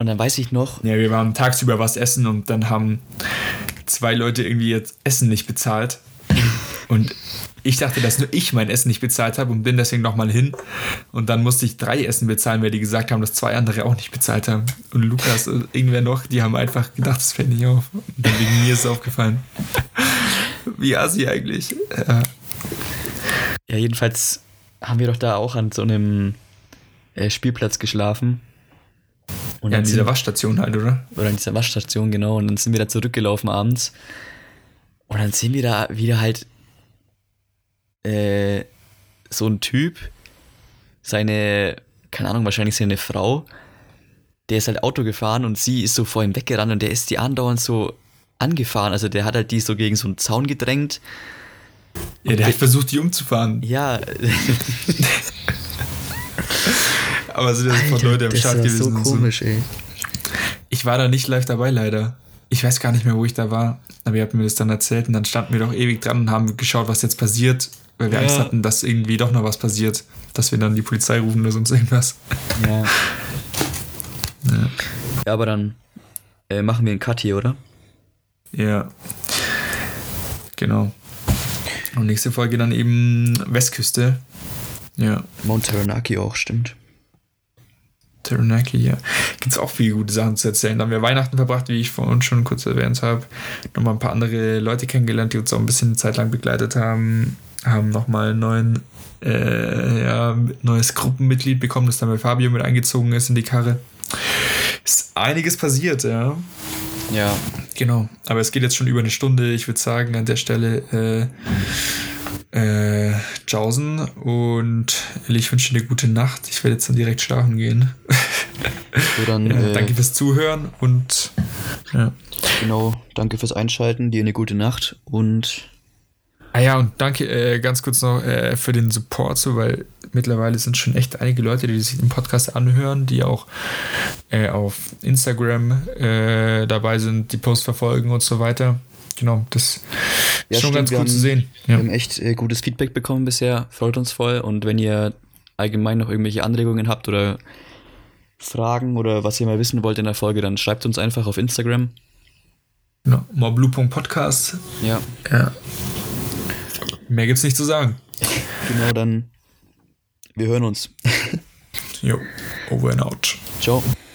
Und dann weiß ich noch... Ja, wir waren tagsüber was essen und dann haben zwei Leute irgendwie jetzt Essen nicht bezahlt. Und ich dachte, dass nur ich mein Essen nicht bezahlt habe und bin deswegen nochmal hin. Und dann musste ich drei Essen bezahlen, weil die gesagt haben, dass zwei andere auch nicht bezahlt haben. Und Lukas und irgendwer noch, die haben einfach gedacht, das fällt nicht auf. Und dann wegen mir ist es aufgefallen. Wie assi eigentlich. Ja. Ja, jedenfalls haben wir doch da auch an so einem äh, Spielplatz geschlafen. Und Ja, dann in dieser sind- Waschstation halt, oder? Oder in dieser Waschstation, genau. Und dann sind wir da zurückgelaufen abends. Und dann sehen wir da wieder halt äh, so ein Typ, seine, keine Ahnung, wahrscheinlich seine Frau, der ist halt Auto gefahren und sie ist so vor ihm weggerannt und der ist die andauernd so angefahren. Also der hat halt die so gegen so einen Zaun gedrängt. Ja, der hat versucht, die umzufahren. Ja, Aber sind ja sofort Leute im das Start war gewesen. so und komisch, ey. Ich war da nicht live dabei, leider. Ich weiß gar nicht mehr, wo ich da war. Aber ihr habt mir das dann erzählt und dann standen wir doch ewig dran und haben geschaut, was jetzt passiert, weil wir Ja. Angst hatten, dass irgendwie doch noch was passiert. Dass wir dann die Polizei rufen oder sonst irgendwas. Ja. Ja. Ja, aber dann äh, machen wir einen Cut hier, oder? Ja. Genau. Und nächste Folge dann eben Westküste. Ja. Mount Taranaki auch, stimmt. Taranaki, ja. Gibt es auch viele gute Sachen zu erzählen. Da haben wir Weihnachten verbracht, wie ich vorhin schon kurz erwähnt habe. Nochmal ein paar andere Leute kennengelernt, die uns auch ein bisschen eine Zeit lang begleitet haben. Haben nochmal ein neuen, äh, ja, neues Gruppenmitglied bekommen, das dann bei Fabio mit eingezogen ist in die Karre. Ist einiges passiert, ja. Ja. Genau. Aber es geht jetzt schon über eine Stunde. Ich würde sagen, an der Stelle äh, äh, Tschaußen und Elli, ich wünsche dir eine gute Nacht. Ich werde jetzt dann direkt schlafen gehen. So, dann, Ja, äh, danke fürs Zuhören und ja. Genau, danke fürs Einschalten, dir eine gute Nacht und Ah ja, und danke äh, ganz kurz noch äh, für den Support, so, weil mittlerweile sind schon echt einige Leute, die sich den Podcast anhören, die auch äh, auf Instagram äh, dabei sind, die Posts verfolgen und so weiter. Genau, das Ja, ist schon stimmt, ganz wir cool haben- zu sehen. wir Ja. haben echt äh, gutes Feedback bekommen bisher, freut uns voll. Und wenn ihr allgemein noch irgendwelche Anregungen habt oder Fragen oder was ihr mal wissen wollt in der Folge, dann schreibt uns einfach auf Instagram. Genau. Moblue.podcast. Ja, Ja. Mehr gibt's nicht zu sagen. genau, dann wir hören uns. Jo, over and out. Ciao.